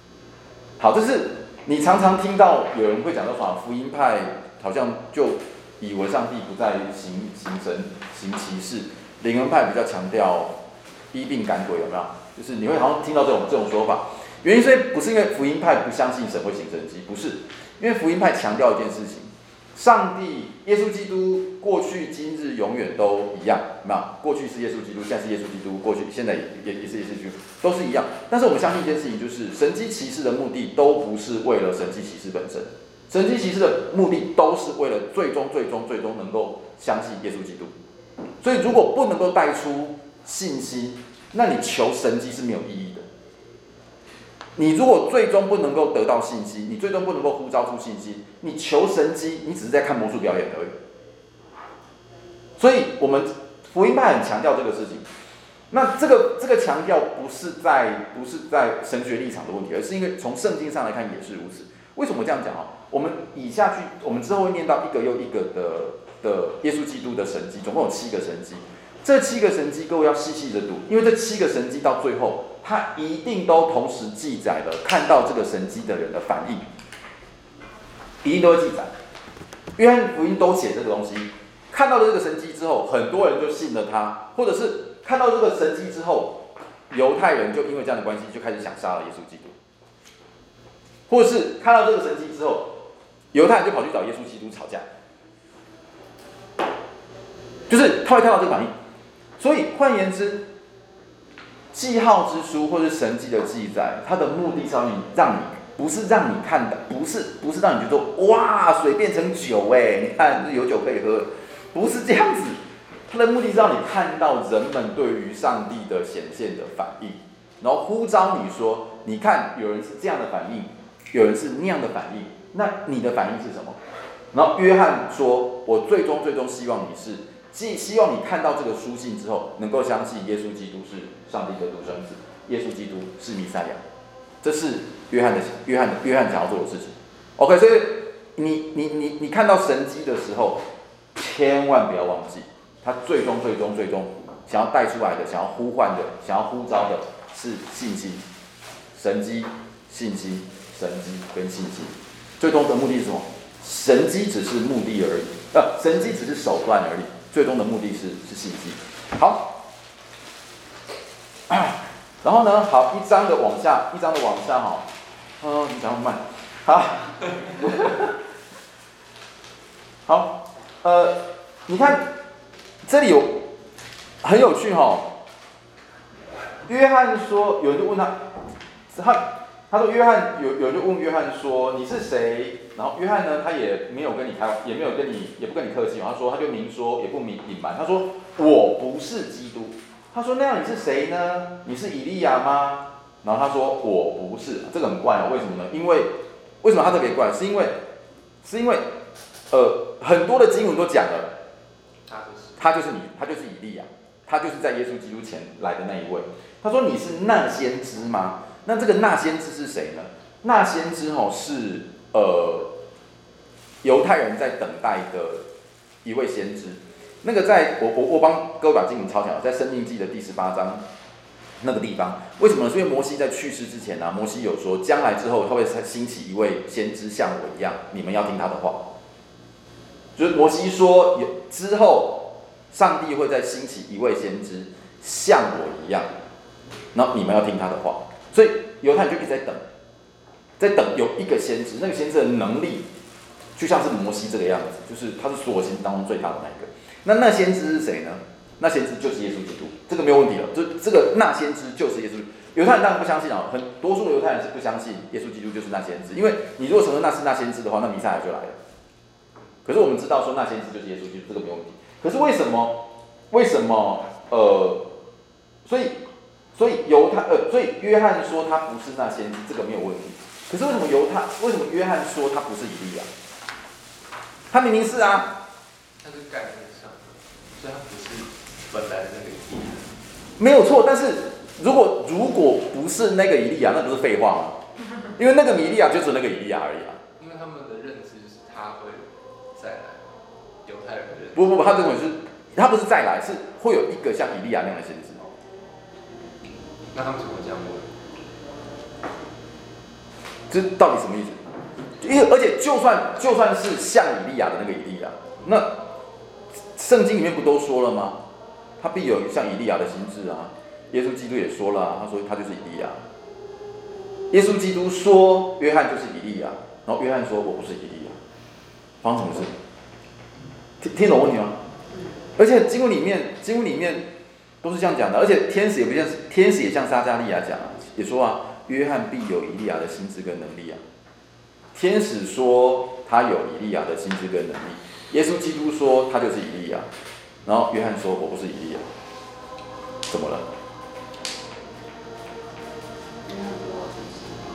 Speaker 1: 听到有人会讲到福音派好像就以为上帝不再行神行奇事，灵恩派比较强调医病赶鬼，有没有？就是你会好像听到这种说法。原因不是因为福音派不相信神会行神迹，不是，因为福音派强调一件事情：上帝、耶稣基督过去、今日、永远都一样，有没有？过去是耶稣基督，现在是耶稣基督，过去现在也是耶稣基督，都是一样。但是我们相信一件事情，就是神迹奇事的目的都不是为了神迹奇事本身。神迹奇事的目的都是为了最终能够相信耶稣基督。所以如果不能够带出信心，那你求神迹是没有意义的。 你如果最终不能够得到信息，你最终不能够呼召出信息，你求神迹，你只是在看魔术表演而已。所以我们福音派很强调这个事情。那这个强调不是在神学立场的问题，而是因为从圣经上来看也是如此。为什么这样讲我们以下去，我们之后会念到一个又一个的耶稣基督的神迹，总共有7个神迹。这7个神迹，各位要细细的读，因为这7个神迹到最后，它一定都同时记载了看到这个神迹的人的反应，一定都会记载。约翰福音都写这个东西，看到了这个神迹之后，很多人就信了他，或者是看到这个神迹之后，犹太人就因为这样的关系就开始想杀了耶稣基督，或者是看到这个神迹之后，犹太人就跑去找耶稣基督吵架，就是他会看到这个反应。所以换言之，记号之书或是神迹的记载，它的目的是让你不是让你看的，不是让你觉得哇水变成酒你看有酒可以喝，不是这样子。它的目的是让你看到人们对于上帝的显现的反应，然后呼召你说，你看有人是这样的反应，有人是那样的反应，那你的反应是什么？然后约翰说，我最终希望你是。希望你看到这个书信之后，能够相信耶稣基督是上帝的独生子，耶稣基督是弥赛亚，这是约翰想要做的事情。OK， 所以你看到神迹的时候，千万不要忘记，他最终想要带出来的、想要呼唤的、想要呼召的是信心、神迹、信心、神迹跟信心。最终的目的是什么？神迹只是目的而已，神迹只是手段而已。最终的目的是信心。好，然后呢，好，一章的往下你讲很慢，好，你看这里有很有趣约翰说，有人就问他说约翰有人就问约翰说你是谁？然后约翰呢，他也没有跟你也不跟你客气，他就明说，也不隐瞒，他说我不是基督。他说那样你是谁呢？你是以利亚吗？然后他说我不是，这个很怪为什么呢？为什么他特别怪？是因为很多的经文都讲了，他就是以利亚，他就是在耶稣基督前来的那一位。他说你是那先知吗？那这个那先知是谁呢？那先知是犹太人在等待的一位先知。那个在我帮各位把经文抄起来，在申命记的第18章那个地方，为什么呢？是因为摩西在去世之前摩西有说，将来之后他会兴起一位先知像我一样，你们要听他的话。就是摩西说之后，上帝会再兴起一位先知像我一样，然后你们要听他的话。所以犹太人就一直在等有一个先知，那个先知的能力就像是摩西这个样子，就是他是所有先知当中最大的那一个。那先知是谁呢？那先知就是耶稣基督，这个没有问题了。这个那先知就是耶稣。犹太人当然不相信很多数的犹太人是不相信耶稣基督就是那先知，因为你如果承认那是那先知的话，那弥赛亚就来了。可是我们知道说那先知就是耶稣基督，这个没有问题。可是为什么？所以约翰说他不是那先知，这个没有问题。可是为什么约翰说他不是以利亚？他明明是啊。
Speaker 3: 他是概念上，所以他不是本来的那个以利亚。
Speaker 1: 没有错，但是如果不是那个以利亚，那不是废话吗？因为那个以利亚就是那个以利亚而已啊。
Speaker 3: 因为他们的认知就是他会再来，犹太人的认知。
Speaker 1: 不，他认为是他不是再来，是会有一个像以利亚那样的先知。
Speaker 3: 那他们怎么这样问？
Speaker 1: 这到底什么意思？而且就算是像以利亚的那个以利亚，那圣经里面不都说了吗？他必有像以利亚的心志啊。耶稣基督也说了他说他就是以利亚。耶稣基督说约翰就是以利亚，然后约翰说我不是以利亚，发生什么事？听懂问题吗？而且经文里面都是这样讲的，而且天使也像撒迦利亚讲也说约翰必有以利亚的心志跟能力啊。天使说他有以利亚的心志跟能力，耶稣基督说他就是以利亚，然后约翰说我不是以利亚，怎么了？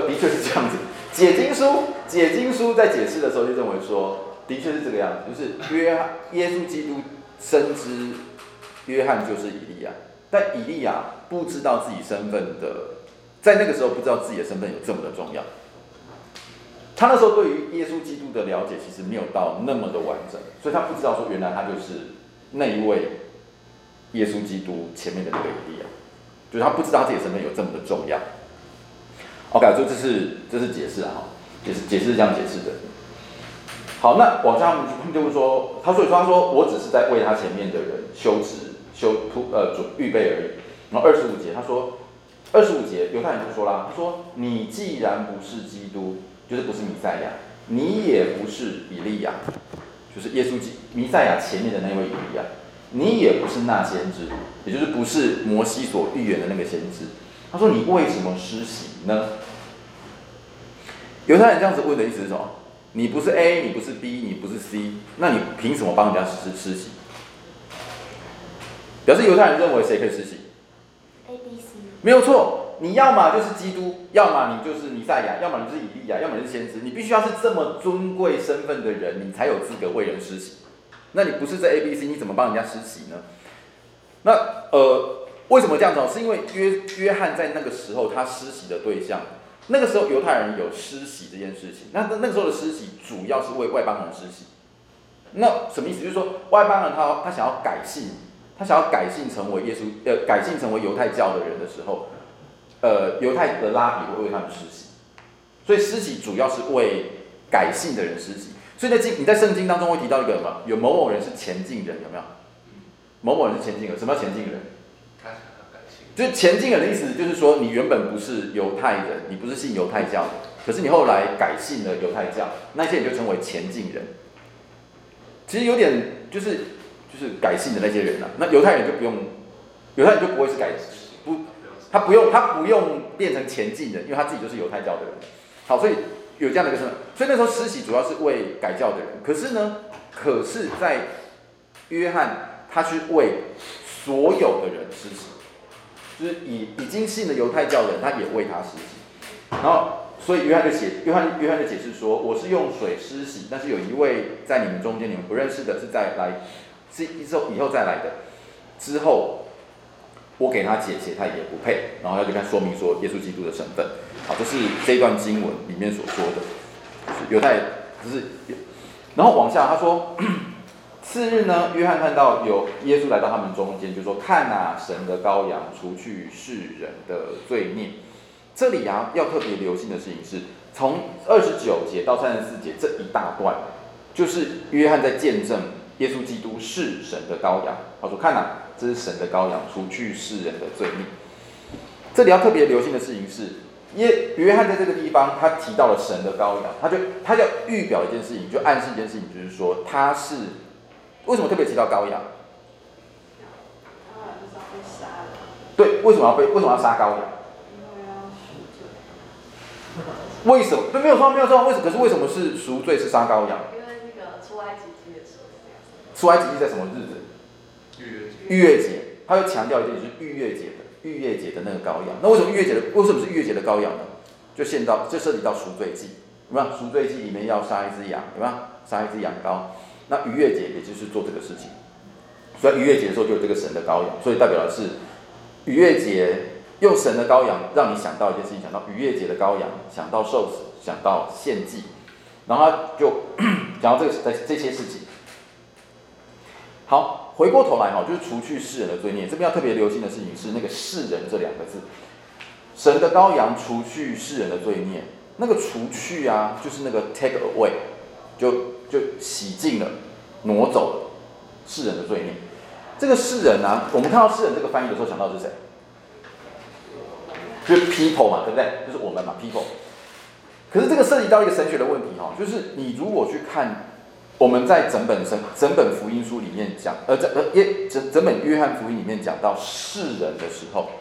Speaker 1: 的确是这样子。解经书在解释的时候就认为说，的确是这个样子，就是耶稣基督深知约翰就是以利亚，但以利亚不知道自己身份的，在那个时候不知道自己的身份有这么的重要。他那时候对于耶稣基督的了解其实没有到那么的完整，所以他不知道说原来他就是那一位耶稣基督前面的那个以利亚，就是他不知道自己的身份有这么的重要。OK， 所以这是解释啊，解释是这样解释的。好，那往下他们就会说，他说我只是在为他前面的人预备而已。然后25节他说，25节犹太人就说啦，他说你既然不是基督，就是不是弥赛亚，你也不是以利亚，就是弥赛亚前面的那位以利亚，你也不是那先知，也就是不是摩西所预言的那个先知。他说你为什么施洗呢？犹太人这样子问的意思是什么？你不是 A， 你不是 B， 你不是 C， 那你凭什么帮人家施洗？表示犹太人认为谁可以施洗
Speaker 5: ？ABC
Speaker 1: 没有错，你要么就是基督，要么你就是弥赛亚，要么你就是以利亚，要么你是先知，你必须要是这么尊贵身份的人，你才有资格为人施洗。那你不是这 ABC， 你怎么帮人家施洗呢？那为什么这样子？是因为约翰在那个时候他施洗的对象。那个时候犹太人有施洗这件事情，那个时候的施洗主要是为外邦人施洗。那什么意思？就是说外邦人他想要改信，成为改信成为犹太教的人的时候，犹太的拉比会为他们施洗，所以施洗主要是为改信的人施洗。所以你在圣经当中会提到一个什么？有某某人是前进人，有没有？某某人是前进人，什么叫前进人？就是前进人的意思，就是说你原本不是犹太人，你不是信犹太教的，可是你后来改信了犹太教，那些人就称为前进人。其实有点就是改信的那些人啊，那犹太人就不会是他不用变成前进人，因为他自己就是犹太教的人。好，所以有这样的一个身份，所以那时候施洗主要是为改教的人。可是在约翰他去为所有的人施洗。就是已经信了犹太教的人，他也为他施洗。然后，所以约翰就解释说，我是用水施洗，但是有一位在你们中间，你们不认识的，是以后再来的。之后，我给他解释，他也不配。然后他就看说明说耶稣基督的身份。好，这是这一段经文里面所说的，就是犹太然后往下他说。次日呢，约翰看到有耶稣来到他们中间，就说：“看啊，神的羔羊，除去世人的罪孽。”这里啊，要特别留心的事情是，从29节到34节这一大段，就是约翰在见证耶稣基督是神的羔羊。他说：“看啊，这是神的羔羊，除去世人的罪孽。”这里要特别留心的事情是，约翰在这个地方他提到了神的羔羊，他要预表一件事情，就暗示一件事情，就是说他是。为什么特别提到羔羊？对，为什么要杀羔羊？为什么？对，没有错。可是为什么是赎罪是杀羔羊？
Speaker 5: 因为那个出埃及记的时候。
Speaker 1: 出埃及记在什么日子？逾越节。他又强调一点，就是逾越节的那个羔羊。那为什么是逾越节的羔羊呢？就涉及到赎罪祭，有没有？赎罪祭里面要杀一只羊，有没有？杀一只羊羔。那逾越节也就是做这个事情，所以逾越节的时候就有这个神的羔羊，所以代表的是逾越节用神的羔羊让你想到一件事情，想到逾越节的羔羊，想到受死，想到献祭，然后他就讲到这些事情。好，回过头来就是除去世人的罪孽，这边要特别留心的事情是那个世人这两个字，神的羔羊除去世人的罪孽，那个除去啊，就是那个 take away， 就洗净了，挪走了世人的罪孽。这个世人啊，我们看到世人这个翻译的时候想到的是谁？就是 people 嘛，对不对？就是我们嘛 ，people。可是这个涉及到一个神学的问题就是你如果去看我们在整本福音书里面讲，整本约翰福音里面讲到世人的时候，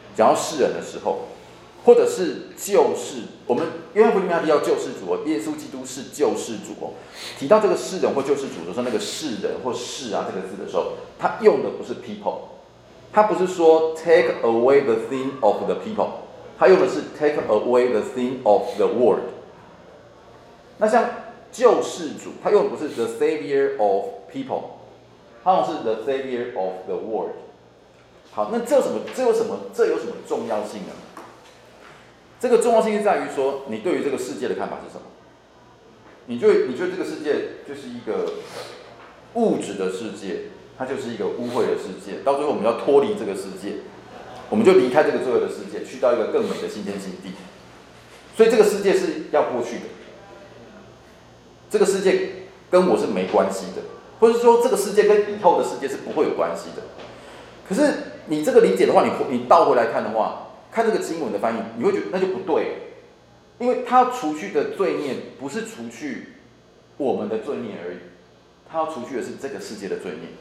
Speaker 1: 或者是救世，我们约翰福音里面提到救世主耶稣基督是救世主提到这个世人或救世主的时候，那个世人或世啊这个字的时候，他用的不是 people， 他不是说 take away the thing of the people， 它用的是 take away the sin of the world。那像救世主，它用的不是 the savior of people， 它用的是 the savior of the world。好，那这有什么重要性呢？这个重要性是在于说，你对于这个世界的看法是什么？你觉得这个世界就是一个物质的世界，它就是一个污秽的世界，到最后我们要脱离这个世界，我们就离开这个罪恶的世界，去到一个更美的新天新地。所以这个世界是要过去的，这个世界跟我是没关系的，或者说这个世界跟以后的世界是不会有关系的。可是你这个理解的话，你倒回来看的话，看这个经文的翻译，你会觉得那就不对，因为他除去的罪孽不是除去我们的罪孽而已，他要除去的是这个世界的罪孽。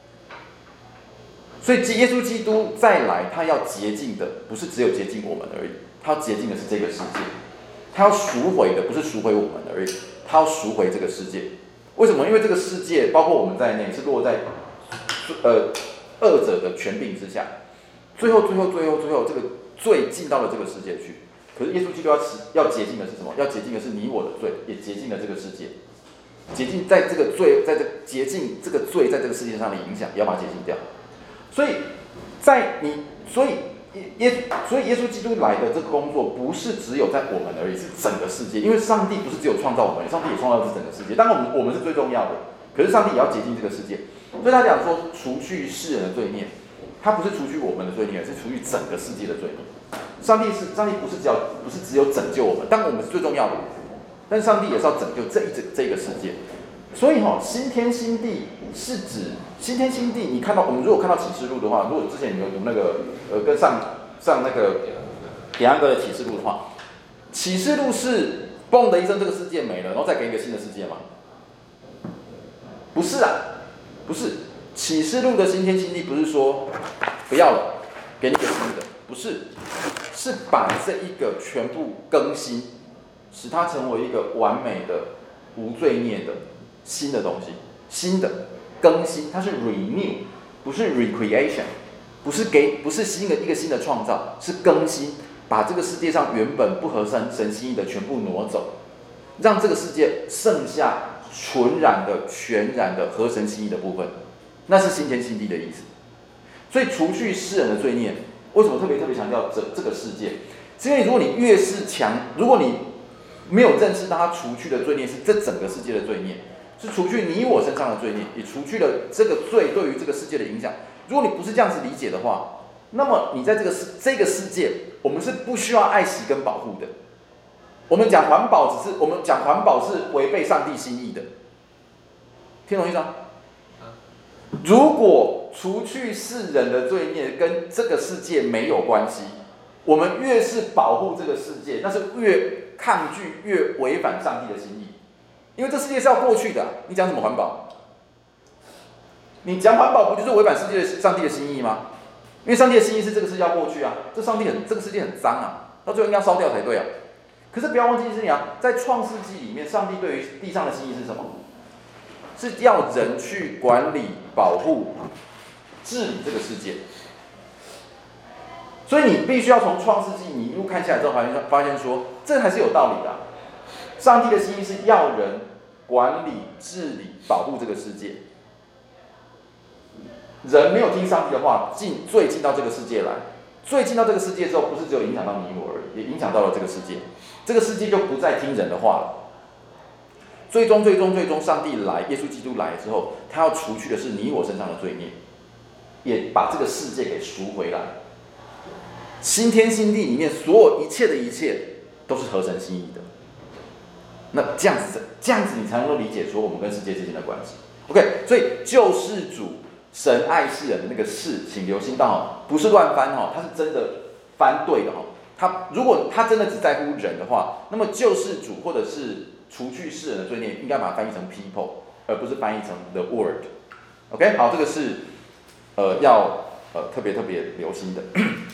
Speaker 1: 所以耶稣基督再来，他要洁净的不是只有洁净我们而已，他要洁净的是这个世界，他要赎回的不是赎回我们而已，他要赎回这个世界。为什么？因为这个世界包括我们在内是落在恶者的权柄之下，最后这个罪进到了这个世界去。可是耶稣基督要洁净的是什么？要洁净的是你我的罪，也洁净了这个世界。洁净在这个罪，洁净这个罪在这个世界上的影响，也要把它洁净掉。所以耶稣基督来的这个工作，不是只有在我们而已，是整个世界。因为上帝不是只有创造我们，上帝也创造的是整个世界。当然我们是最重要的，可是上帝也要洁净这个世界。所以他讲说，除去世人的罪孽，他不是除去我们的罪孽，而是除去整个世界的罪孽。上帝不是只有拯救我们，当然我们是最重要的，但是上帝也是要拯救这个世界。所以新天新地是指新天新地。你看到我们如果看到启示录的话，如果之前你有读那个跟上那个亚安哥的启示录的话，启示录是嘣的一声这个世界没了，然后再给一个新的世界吗？不是啊，不是。启示录的新天新地不是说不要了，给你一个新的，不是，是把这一个全部更新，使它成为一个完美的、无罪孽的新的东西，新的更新，它是 renew， 不是 recreation， 不是一个新的创造，是更新，把这个世界上原本不合神心意的全部挪走，让这个世界剩下纯然的、全然的合神心意的部分。那是新天新地的意思。所以除去世人的罪孽，为什么特别强调这个世界？是因为如果你越是如果你没有认识到他除去的罪孽是这整个世界的罪孽，是除去你我身上的罪孽，也除去了这个罪对于这个世界的影响。如果你不是这样子理解的话，那么你在这个世界，我们是不需要爱惜跟保护的。我们讲环保是违背上帝心意的，听懂意思吗？如果除去世人的罪孽跟这个世界没有关系，我们越是保护这个世界，那是越抗拒、越违反上帝的心意。因为这世界是要过去的，你讲什么环保？你讲环保不就是违反上帝的心意吗？因为上帝的心意是这个世界要过去啊，这个世界很脏啊，到最后应该烧掉才对啊。可是不要忘记一件事情，在创世纪里面，上帝对于地上的心意是什么？是要人去管理、保护、治理这个世界。所以你必须要从创世纪你一路看下来之后，发现说这还是有道理的。上帝的心意是要人管理、治理、保护这个世界。人没有听上帝的话，罪进到这个世界来，罪进到这个世界之后，不是只有影响到你我而已，也影响到了这个世界。这个世界就不再听人的话了。最终，上帝来，耶稣基督来之后，他要除去的是你我身上的罪孽，也把这个世界给赎回来。新天新地里面所有一切的一切，都是合神心意的。那这样子你才能够理解说我们跟世界之间的关系。OK， 所以救世主神爱世人的那个世，请留心到不是乱翻他是真的翻对的如果他真的只在乎人的话，那么救世主或者是除去世人的罪孽，应该把它翻译成 people， 而不是翻译成 the word。OK， 好，这个是要特别留心的。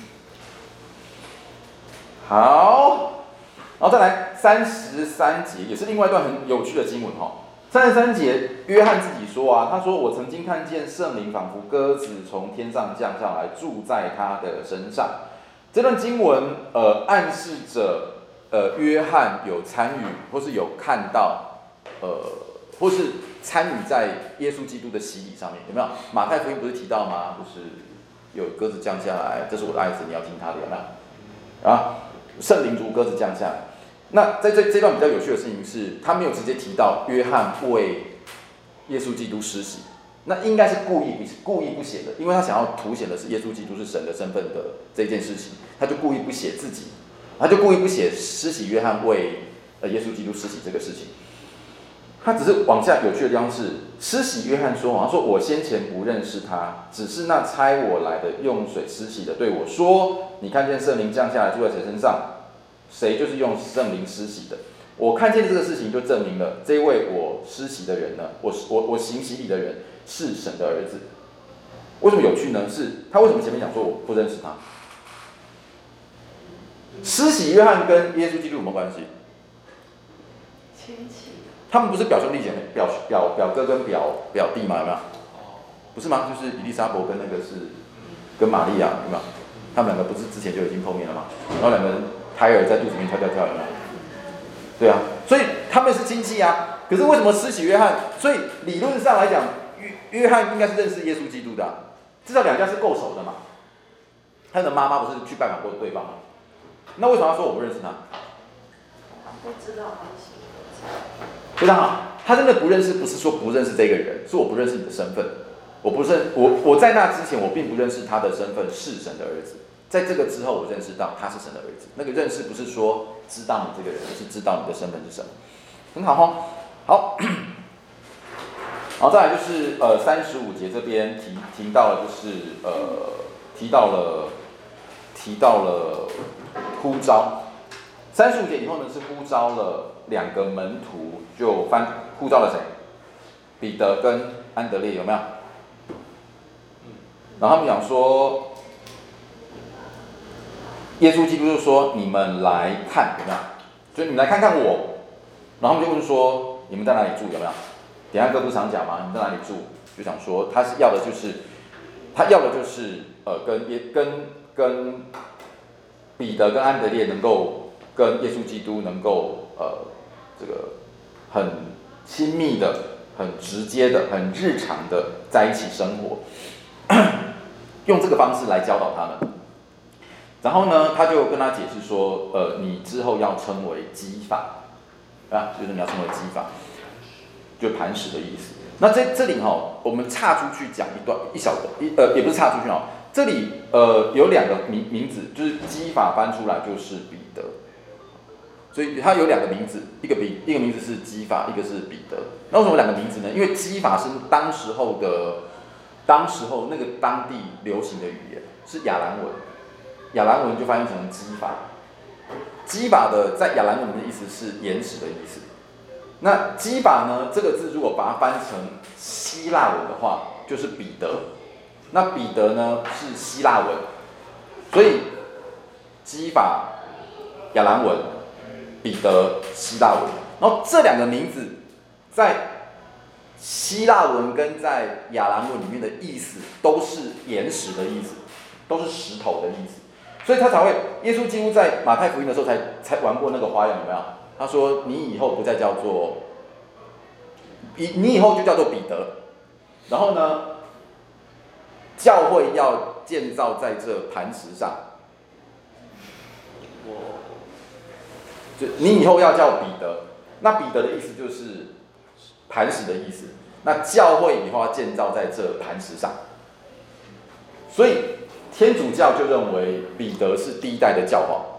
Speaker 1: 好，然后再来33节，也是另外一段很有趣的经文33节，约翰自己说他说我曾经看见圣灵仿佛鸽子从天上降下来，住在他的身上。 这段经文暗示着约翰有参与或是有看到或是参与在耶稣基督的洗礼上面，有没有？马太福音不是提到吗？就是有鸽子降下来，这是我的爱子，你要听他的，有没有？啊，圣灵如鸽子降下来。那在这段比较有趣的事情是，他没有直接提到约翰为耶稣基督施洗，那应该是故意不写的，因为他想要凸显的是耶稣基督是神的身份的这件事情，他就故意不写自己，他就故意不写施洗约翰为耶稣基督施洗这个事情。他只是往下有趣的地方是，施洗约翰说，他说我先前不认识他，只是那差我来的用水施洗的对我说，你看见圣灵降下来住在谁身上，谁就是用圣灵施洗的。我看见这个事情就证明了这位我施洗的人呢，我行洗礼的人是神的儿子。为什么有趣呢？是他为什么前面讲说我不认识他？施洗约翰跟耶稣基督有什么关系？
Speaker 5: 亲戚。
Speaker 1: 他们不是表兄弟姐妹，表哥跟表弟吗？有没有？不是吗？就是以利沙伯跟那个是跟玛利亚，有没有？他们两个不是之前就已经碰面了吗？然后两个人胎儿在肚子里面跳，有没有？对啊，所以他们是亲戚啊。可是为什么施洗约翰？所以理论上来讲，约翰应该是认识耶稣基督的至少两家是够熟的嘛。他的妈妈不是去拜访过对方吗？那为什么要说我不认识他？
Speaker 5: 不知道关系。
Speaker 1: 非常好，他真的不认识，不是说不认识这个人，是我不认识你的身份。我在那之前，我并不认识他的身份是神的儿子。在这个之后，我认识到他是神的儿子。那个认识不是说知道你这个人，而是知道你的身份是什么。很好哈，好，好，再来就是35节这边提到了，就是提到了呼召。35节以后呢，是呼召了2个门徒，就呼召了谁？彼得跟安德烈，有没有？然后他们讲说，耶稣基督就说：“你们来看，有没有？所以你们来看看我。”然后他们就问说：“你们在哪里住？有没有？”等一下哥不是常讲吗？你们在哪里住？就想说他要的就是跟彼得跟安德烈能够跟耶稣基督能够这个很亲密的、很直接的、很日常的在一起生活，用这个方式来教导他们。然后呢，他就跟他解释说，你之后要称为基法，啊，就是你要称为基法，就磐石的意思。那这里我们岔出去讲一小段，也不是岔出去这里有2个名字，就是基法搬出来就是彼得，所以他有2个名字，一个名字是基法，一个是彼得。那为什么2个名字呢？因为基法是当时候那个当地流行的语言是亚兰文，亚兰文就翻译成基法。基法的在亚兰文的意思是岩石的意思。那基法呢这个字如果把它翻成希腊文的话，就是彼得。那彼得呢是希腊文，所以基法亚兰文，彼得希腊文。然后这2个名字在希腊文跟在亚兰文里面的意思都是岩石的意思，都是石头的意思。所以他才会，耶稣基督在马太福音的时候才玩过那个花样，有没有？他说：“你以后不再叫做，你以后就叫做彼得。然后呢，教会要建造在这磐石上。就你以后要叫彼得，那彼得的意思就是磐石的意思。那教会以后要建造在这磐石上。所以天主教就认为彼得是第一代的教皇。”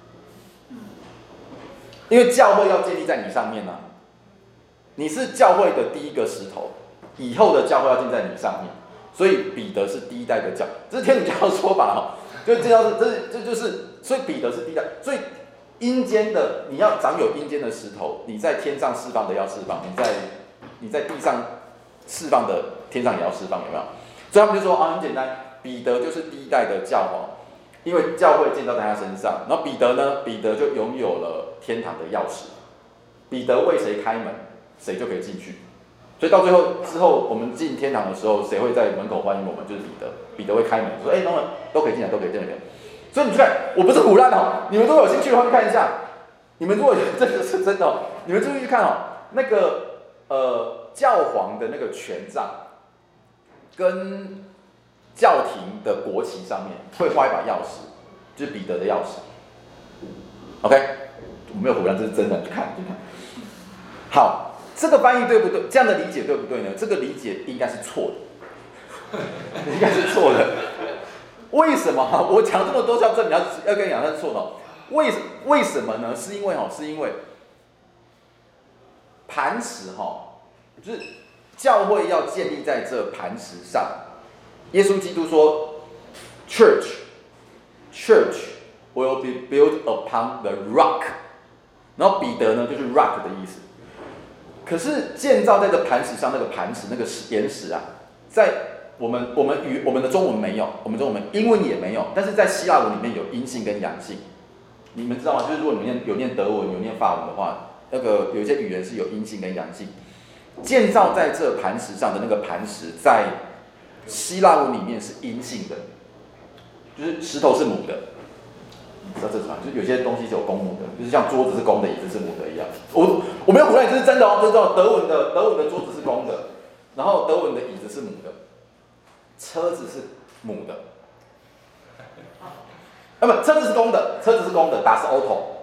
Speaker 1: 因为教会要建立在你上面你是教会的第一个石头，以后的教会要建在你上面，所以彼得是第一代的教，这是天主教的说法就这就是，所以彼得是第一代，所以阴间的你要长有阴间的石头，你在天上释放的要释放，你在地上释放的天上也要释放，有没有？所以他们就说很简单，彼得就是第一代的教皇。因为教会建造在他身上，然后彼得呢？彼得就拥有了天堂的钥匙。彼得为谁开门，谁就可以进去。所以到之后，我们进天堂的时候，谁会在门口欢迎我们？就是彼得。彼得会开门，说：“那么都可以进来，都可以进来。” 所以你去看，我不是胡乱哦，你们如果有兴趣的话去看一下。你们如果这个是真的哦，你们注意去看哦，那个教皇的那个权杖跟教廷的国旗上面会画一把钥匙，就是彼得的钥匙。OK， 我没有胡乱，这是真的，去看。好，这个翻译对不对？这样的理解对不对呢？这个理解应该是错的，应该是错的。为什么？我讲这么多是要证明要跟你讲它是错的哦。为什么呢？是因为磐石就是教会要建立在这磐石上。耶稣基督说 ，Church will be built upon the rock。然后彼得呢，就是 rock 的意思。可是建造在这磐石上，那个磐石那个岩石啊，在我们的中文没有，我们中文英文也没有，但是在希腊文里面有阴性跟阳性。你们知道吗？就是如果你们有念德文、有念法文的话，那个有一些语言是有阴性跟阳性。建造在这磐石上的那个磐石，在希腊文里面是阴性的，就是石头是母的。你知道这是什么？就是有些东西是有公母的，就是像桌子是公的，椅子是母的一样。我没有胡乱，这是真的哦，这是德文的桌子是公的，然后德文的椅子是母的，车子是母的。车子是公的，打是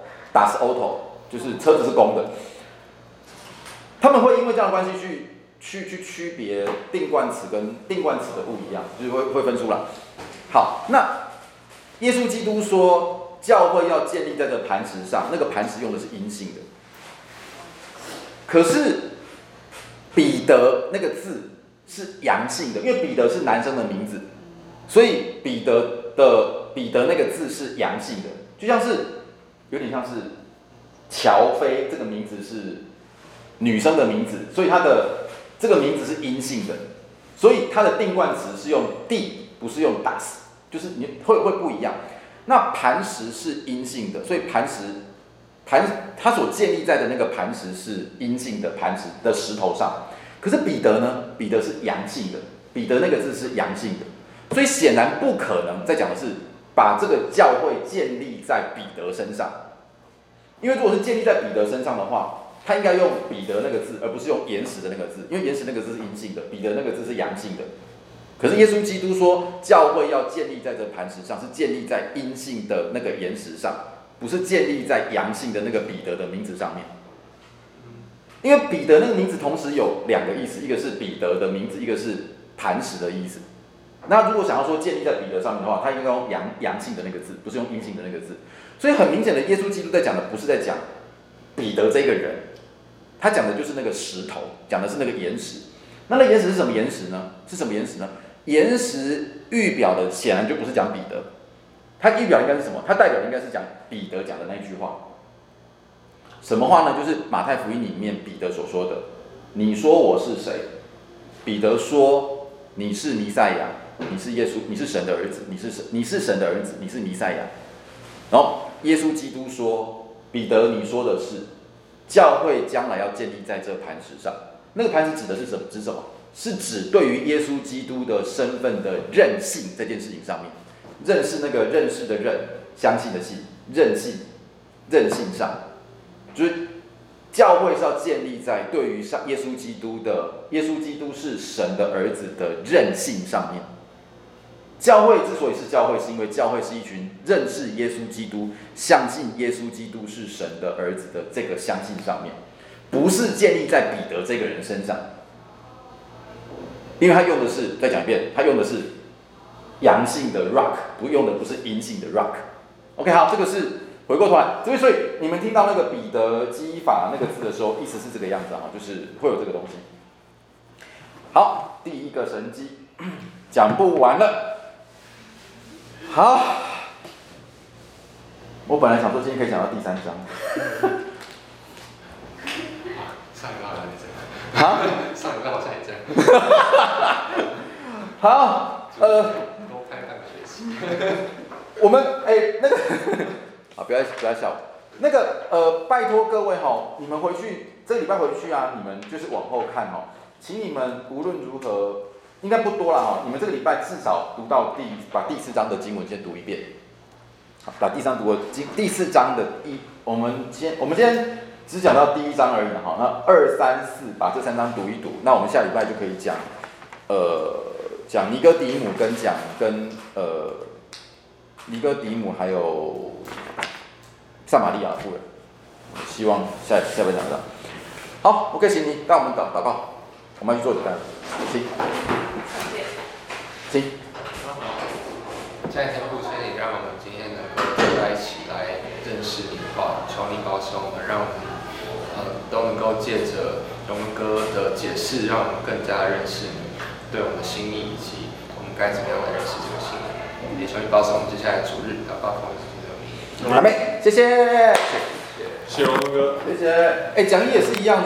Speaker 1: auto， 就是车子是公的。他们会因为这样的关系去区别定冠词跟定冠词的不一样，就是会分出来。好，那耶稣基督说教会要建立在这个磐石上，那个磐石用的是阴性的。可是彼得那个字是阳性的，因为彼得是男生的名字，所以彼得那个字是阳性的，就像是有点像是乔飞这个名字是女生的名字，所以她的这个名字是阴性的，所以它的定冠词是用 d， 不是用 das， 就是你会不一样。那磐石是阴性的，所以它所建立在的那个磐石是阴性的磐石的石头上。可是彼得呢？彼得是阳性的，彼得那个字是阳性的，所以显然不可能在讲的是把这个教会建立在彼得身上，因为如果是建立在彼得身上的话，他应该用彼得那个字，而不是用岩石的那个字，因为岩石那个字是阴性的，彼得那个字是阳性的。可是耶稣基督说，教会要建立在这磐石上，是建立在阴性的那个岩石上，不是建立在阳性的那个彼得的名字上面。因为彼得那个名字同时有两个意思，一个是彼得的名字，一个是磐石的意思。那如果想要说建立在彼得上面的话，他应该用阳性的那个字，不是用阴性的那个字。所以很明显的，耶稣基督在讲的不是在讲彼得这个人，他讲的就是那个石头，讲的是那个岩石。那岩石是什么岩石呢？岩石预表的显然就不是讲彼得，它预表应该是什么？它代表应该是讲彼得讲的那句话。什么话呢？就是马太福音里面彼得所说的：“你说我是谁？”彼得说：“你是弥赛亚，你是耶稣，你是神的儿子，你是神的儿子，你是弥赛亚。”然后耶稣基督说：“彼得，你说的是，教会将来要建立在这磐石上。”那个磐石指的是什么？指什么？是指对于耶稣基督的身份的认信这件事情上面。认是那个认识的认，相信的信，认信上。就是教会是要建立在对于耶稣基督是神的儿子的认信上面。教会之所以是教会，是因为教会是一群认识耶稣基督、相信耶稣基督是神的儿子的这个相信上面，不是建立在彼得这个人身上。因为他用的是，再讲一遍，他用的是阳性的 rock， 用的不是阴性的 rock。OK， 好，这个是回过头来，所以你们听到那个彼得基法那个字的时候，意思是这个样子啊，就是会有这个东西。好，第一个神迹讲不完了。好，我本来想说今天可以讲到第3章。
Speaker 3: 上一个好像也这样。
Speaker 1: 啊？
Speaker 3: 上一个好像也这样。
Speaker 1: 好，
Speaker 3: 多拍半个学期。
Speaker 1: 我们那个啊，不要笑。那个拜托各位哈，你们回去这个礼拜回去啊，你们就是往后看哈，请你们无论如何，应该不多啦哈，你们这个礼拜至少读到把第4章的经文先读一遍， 好，把第三读过第4章的我们今天只讲到第1章而已哈。那2、3、4把这3章读一读，那我们下礼拜就可以讲尼哥底母跟尼哥底母还有撒玛利亚妇人，希望下礼拜讲得到。好 ，OK， 行，你带我们祷告，我们要去做礼拜，行，行。
Speaker 3: 现在天父，求你让我们今天能够坐在一起来认识你的话，求你保守我们，让我们都能够借着荣哥的解释，让我们更加认识你对我们的心意，以及我们该怎么样来认识这个心意。也求你保守我们接下来主日祷告奉耶稣基督的名。
Speaker 1: 阿妹，谢谢，
Speaker 4: 谢荣哥，
Speaker 1: 谢谢。讲义也是一样的。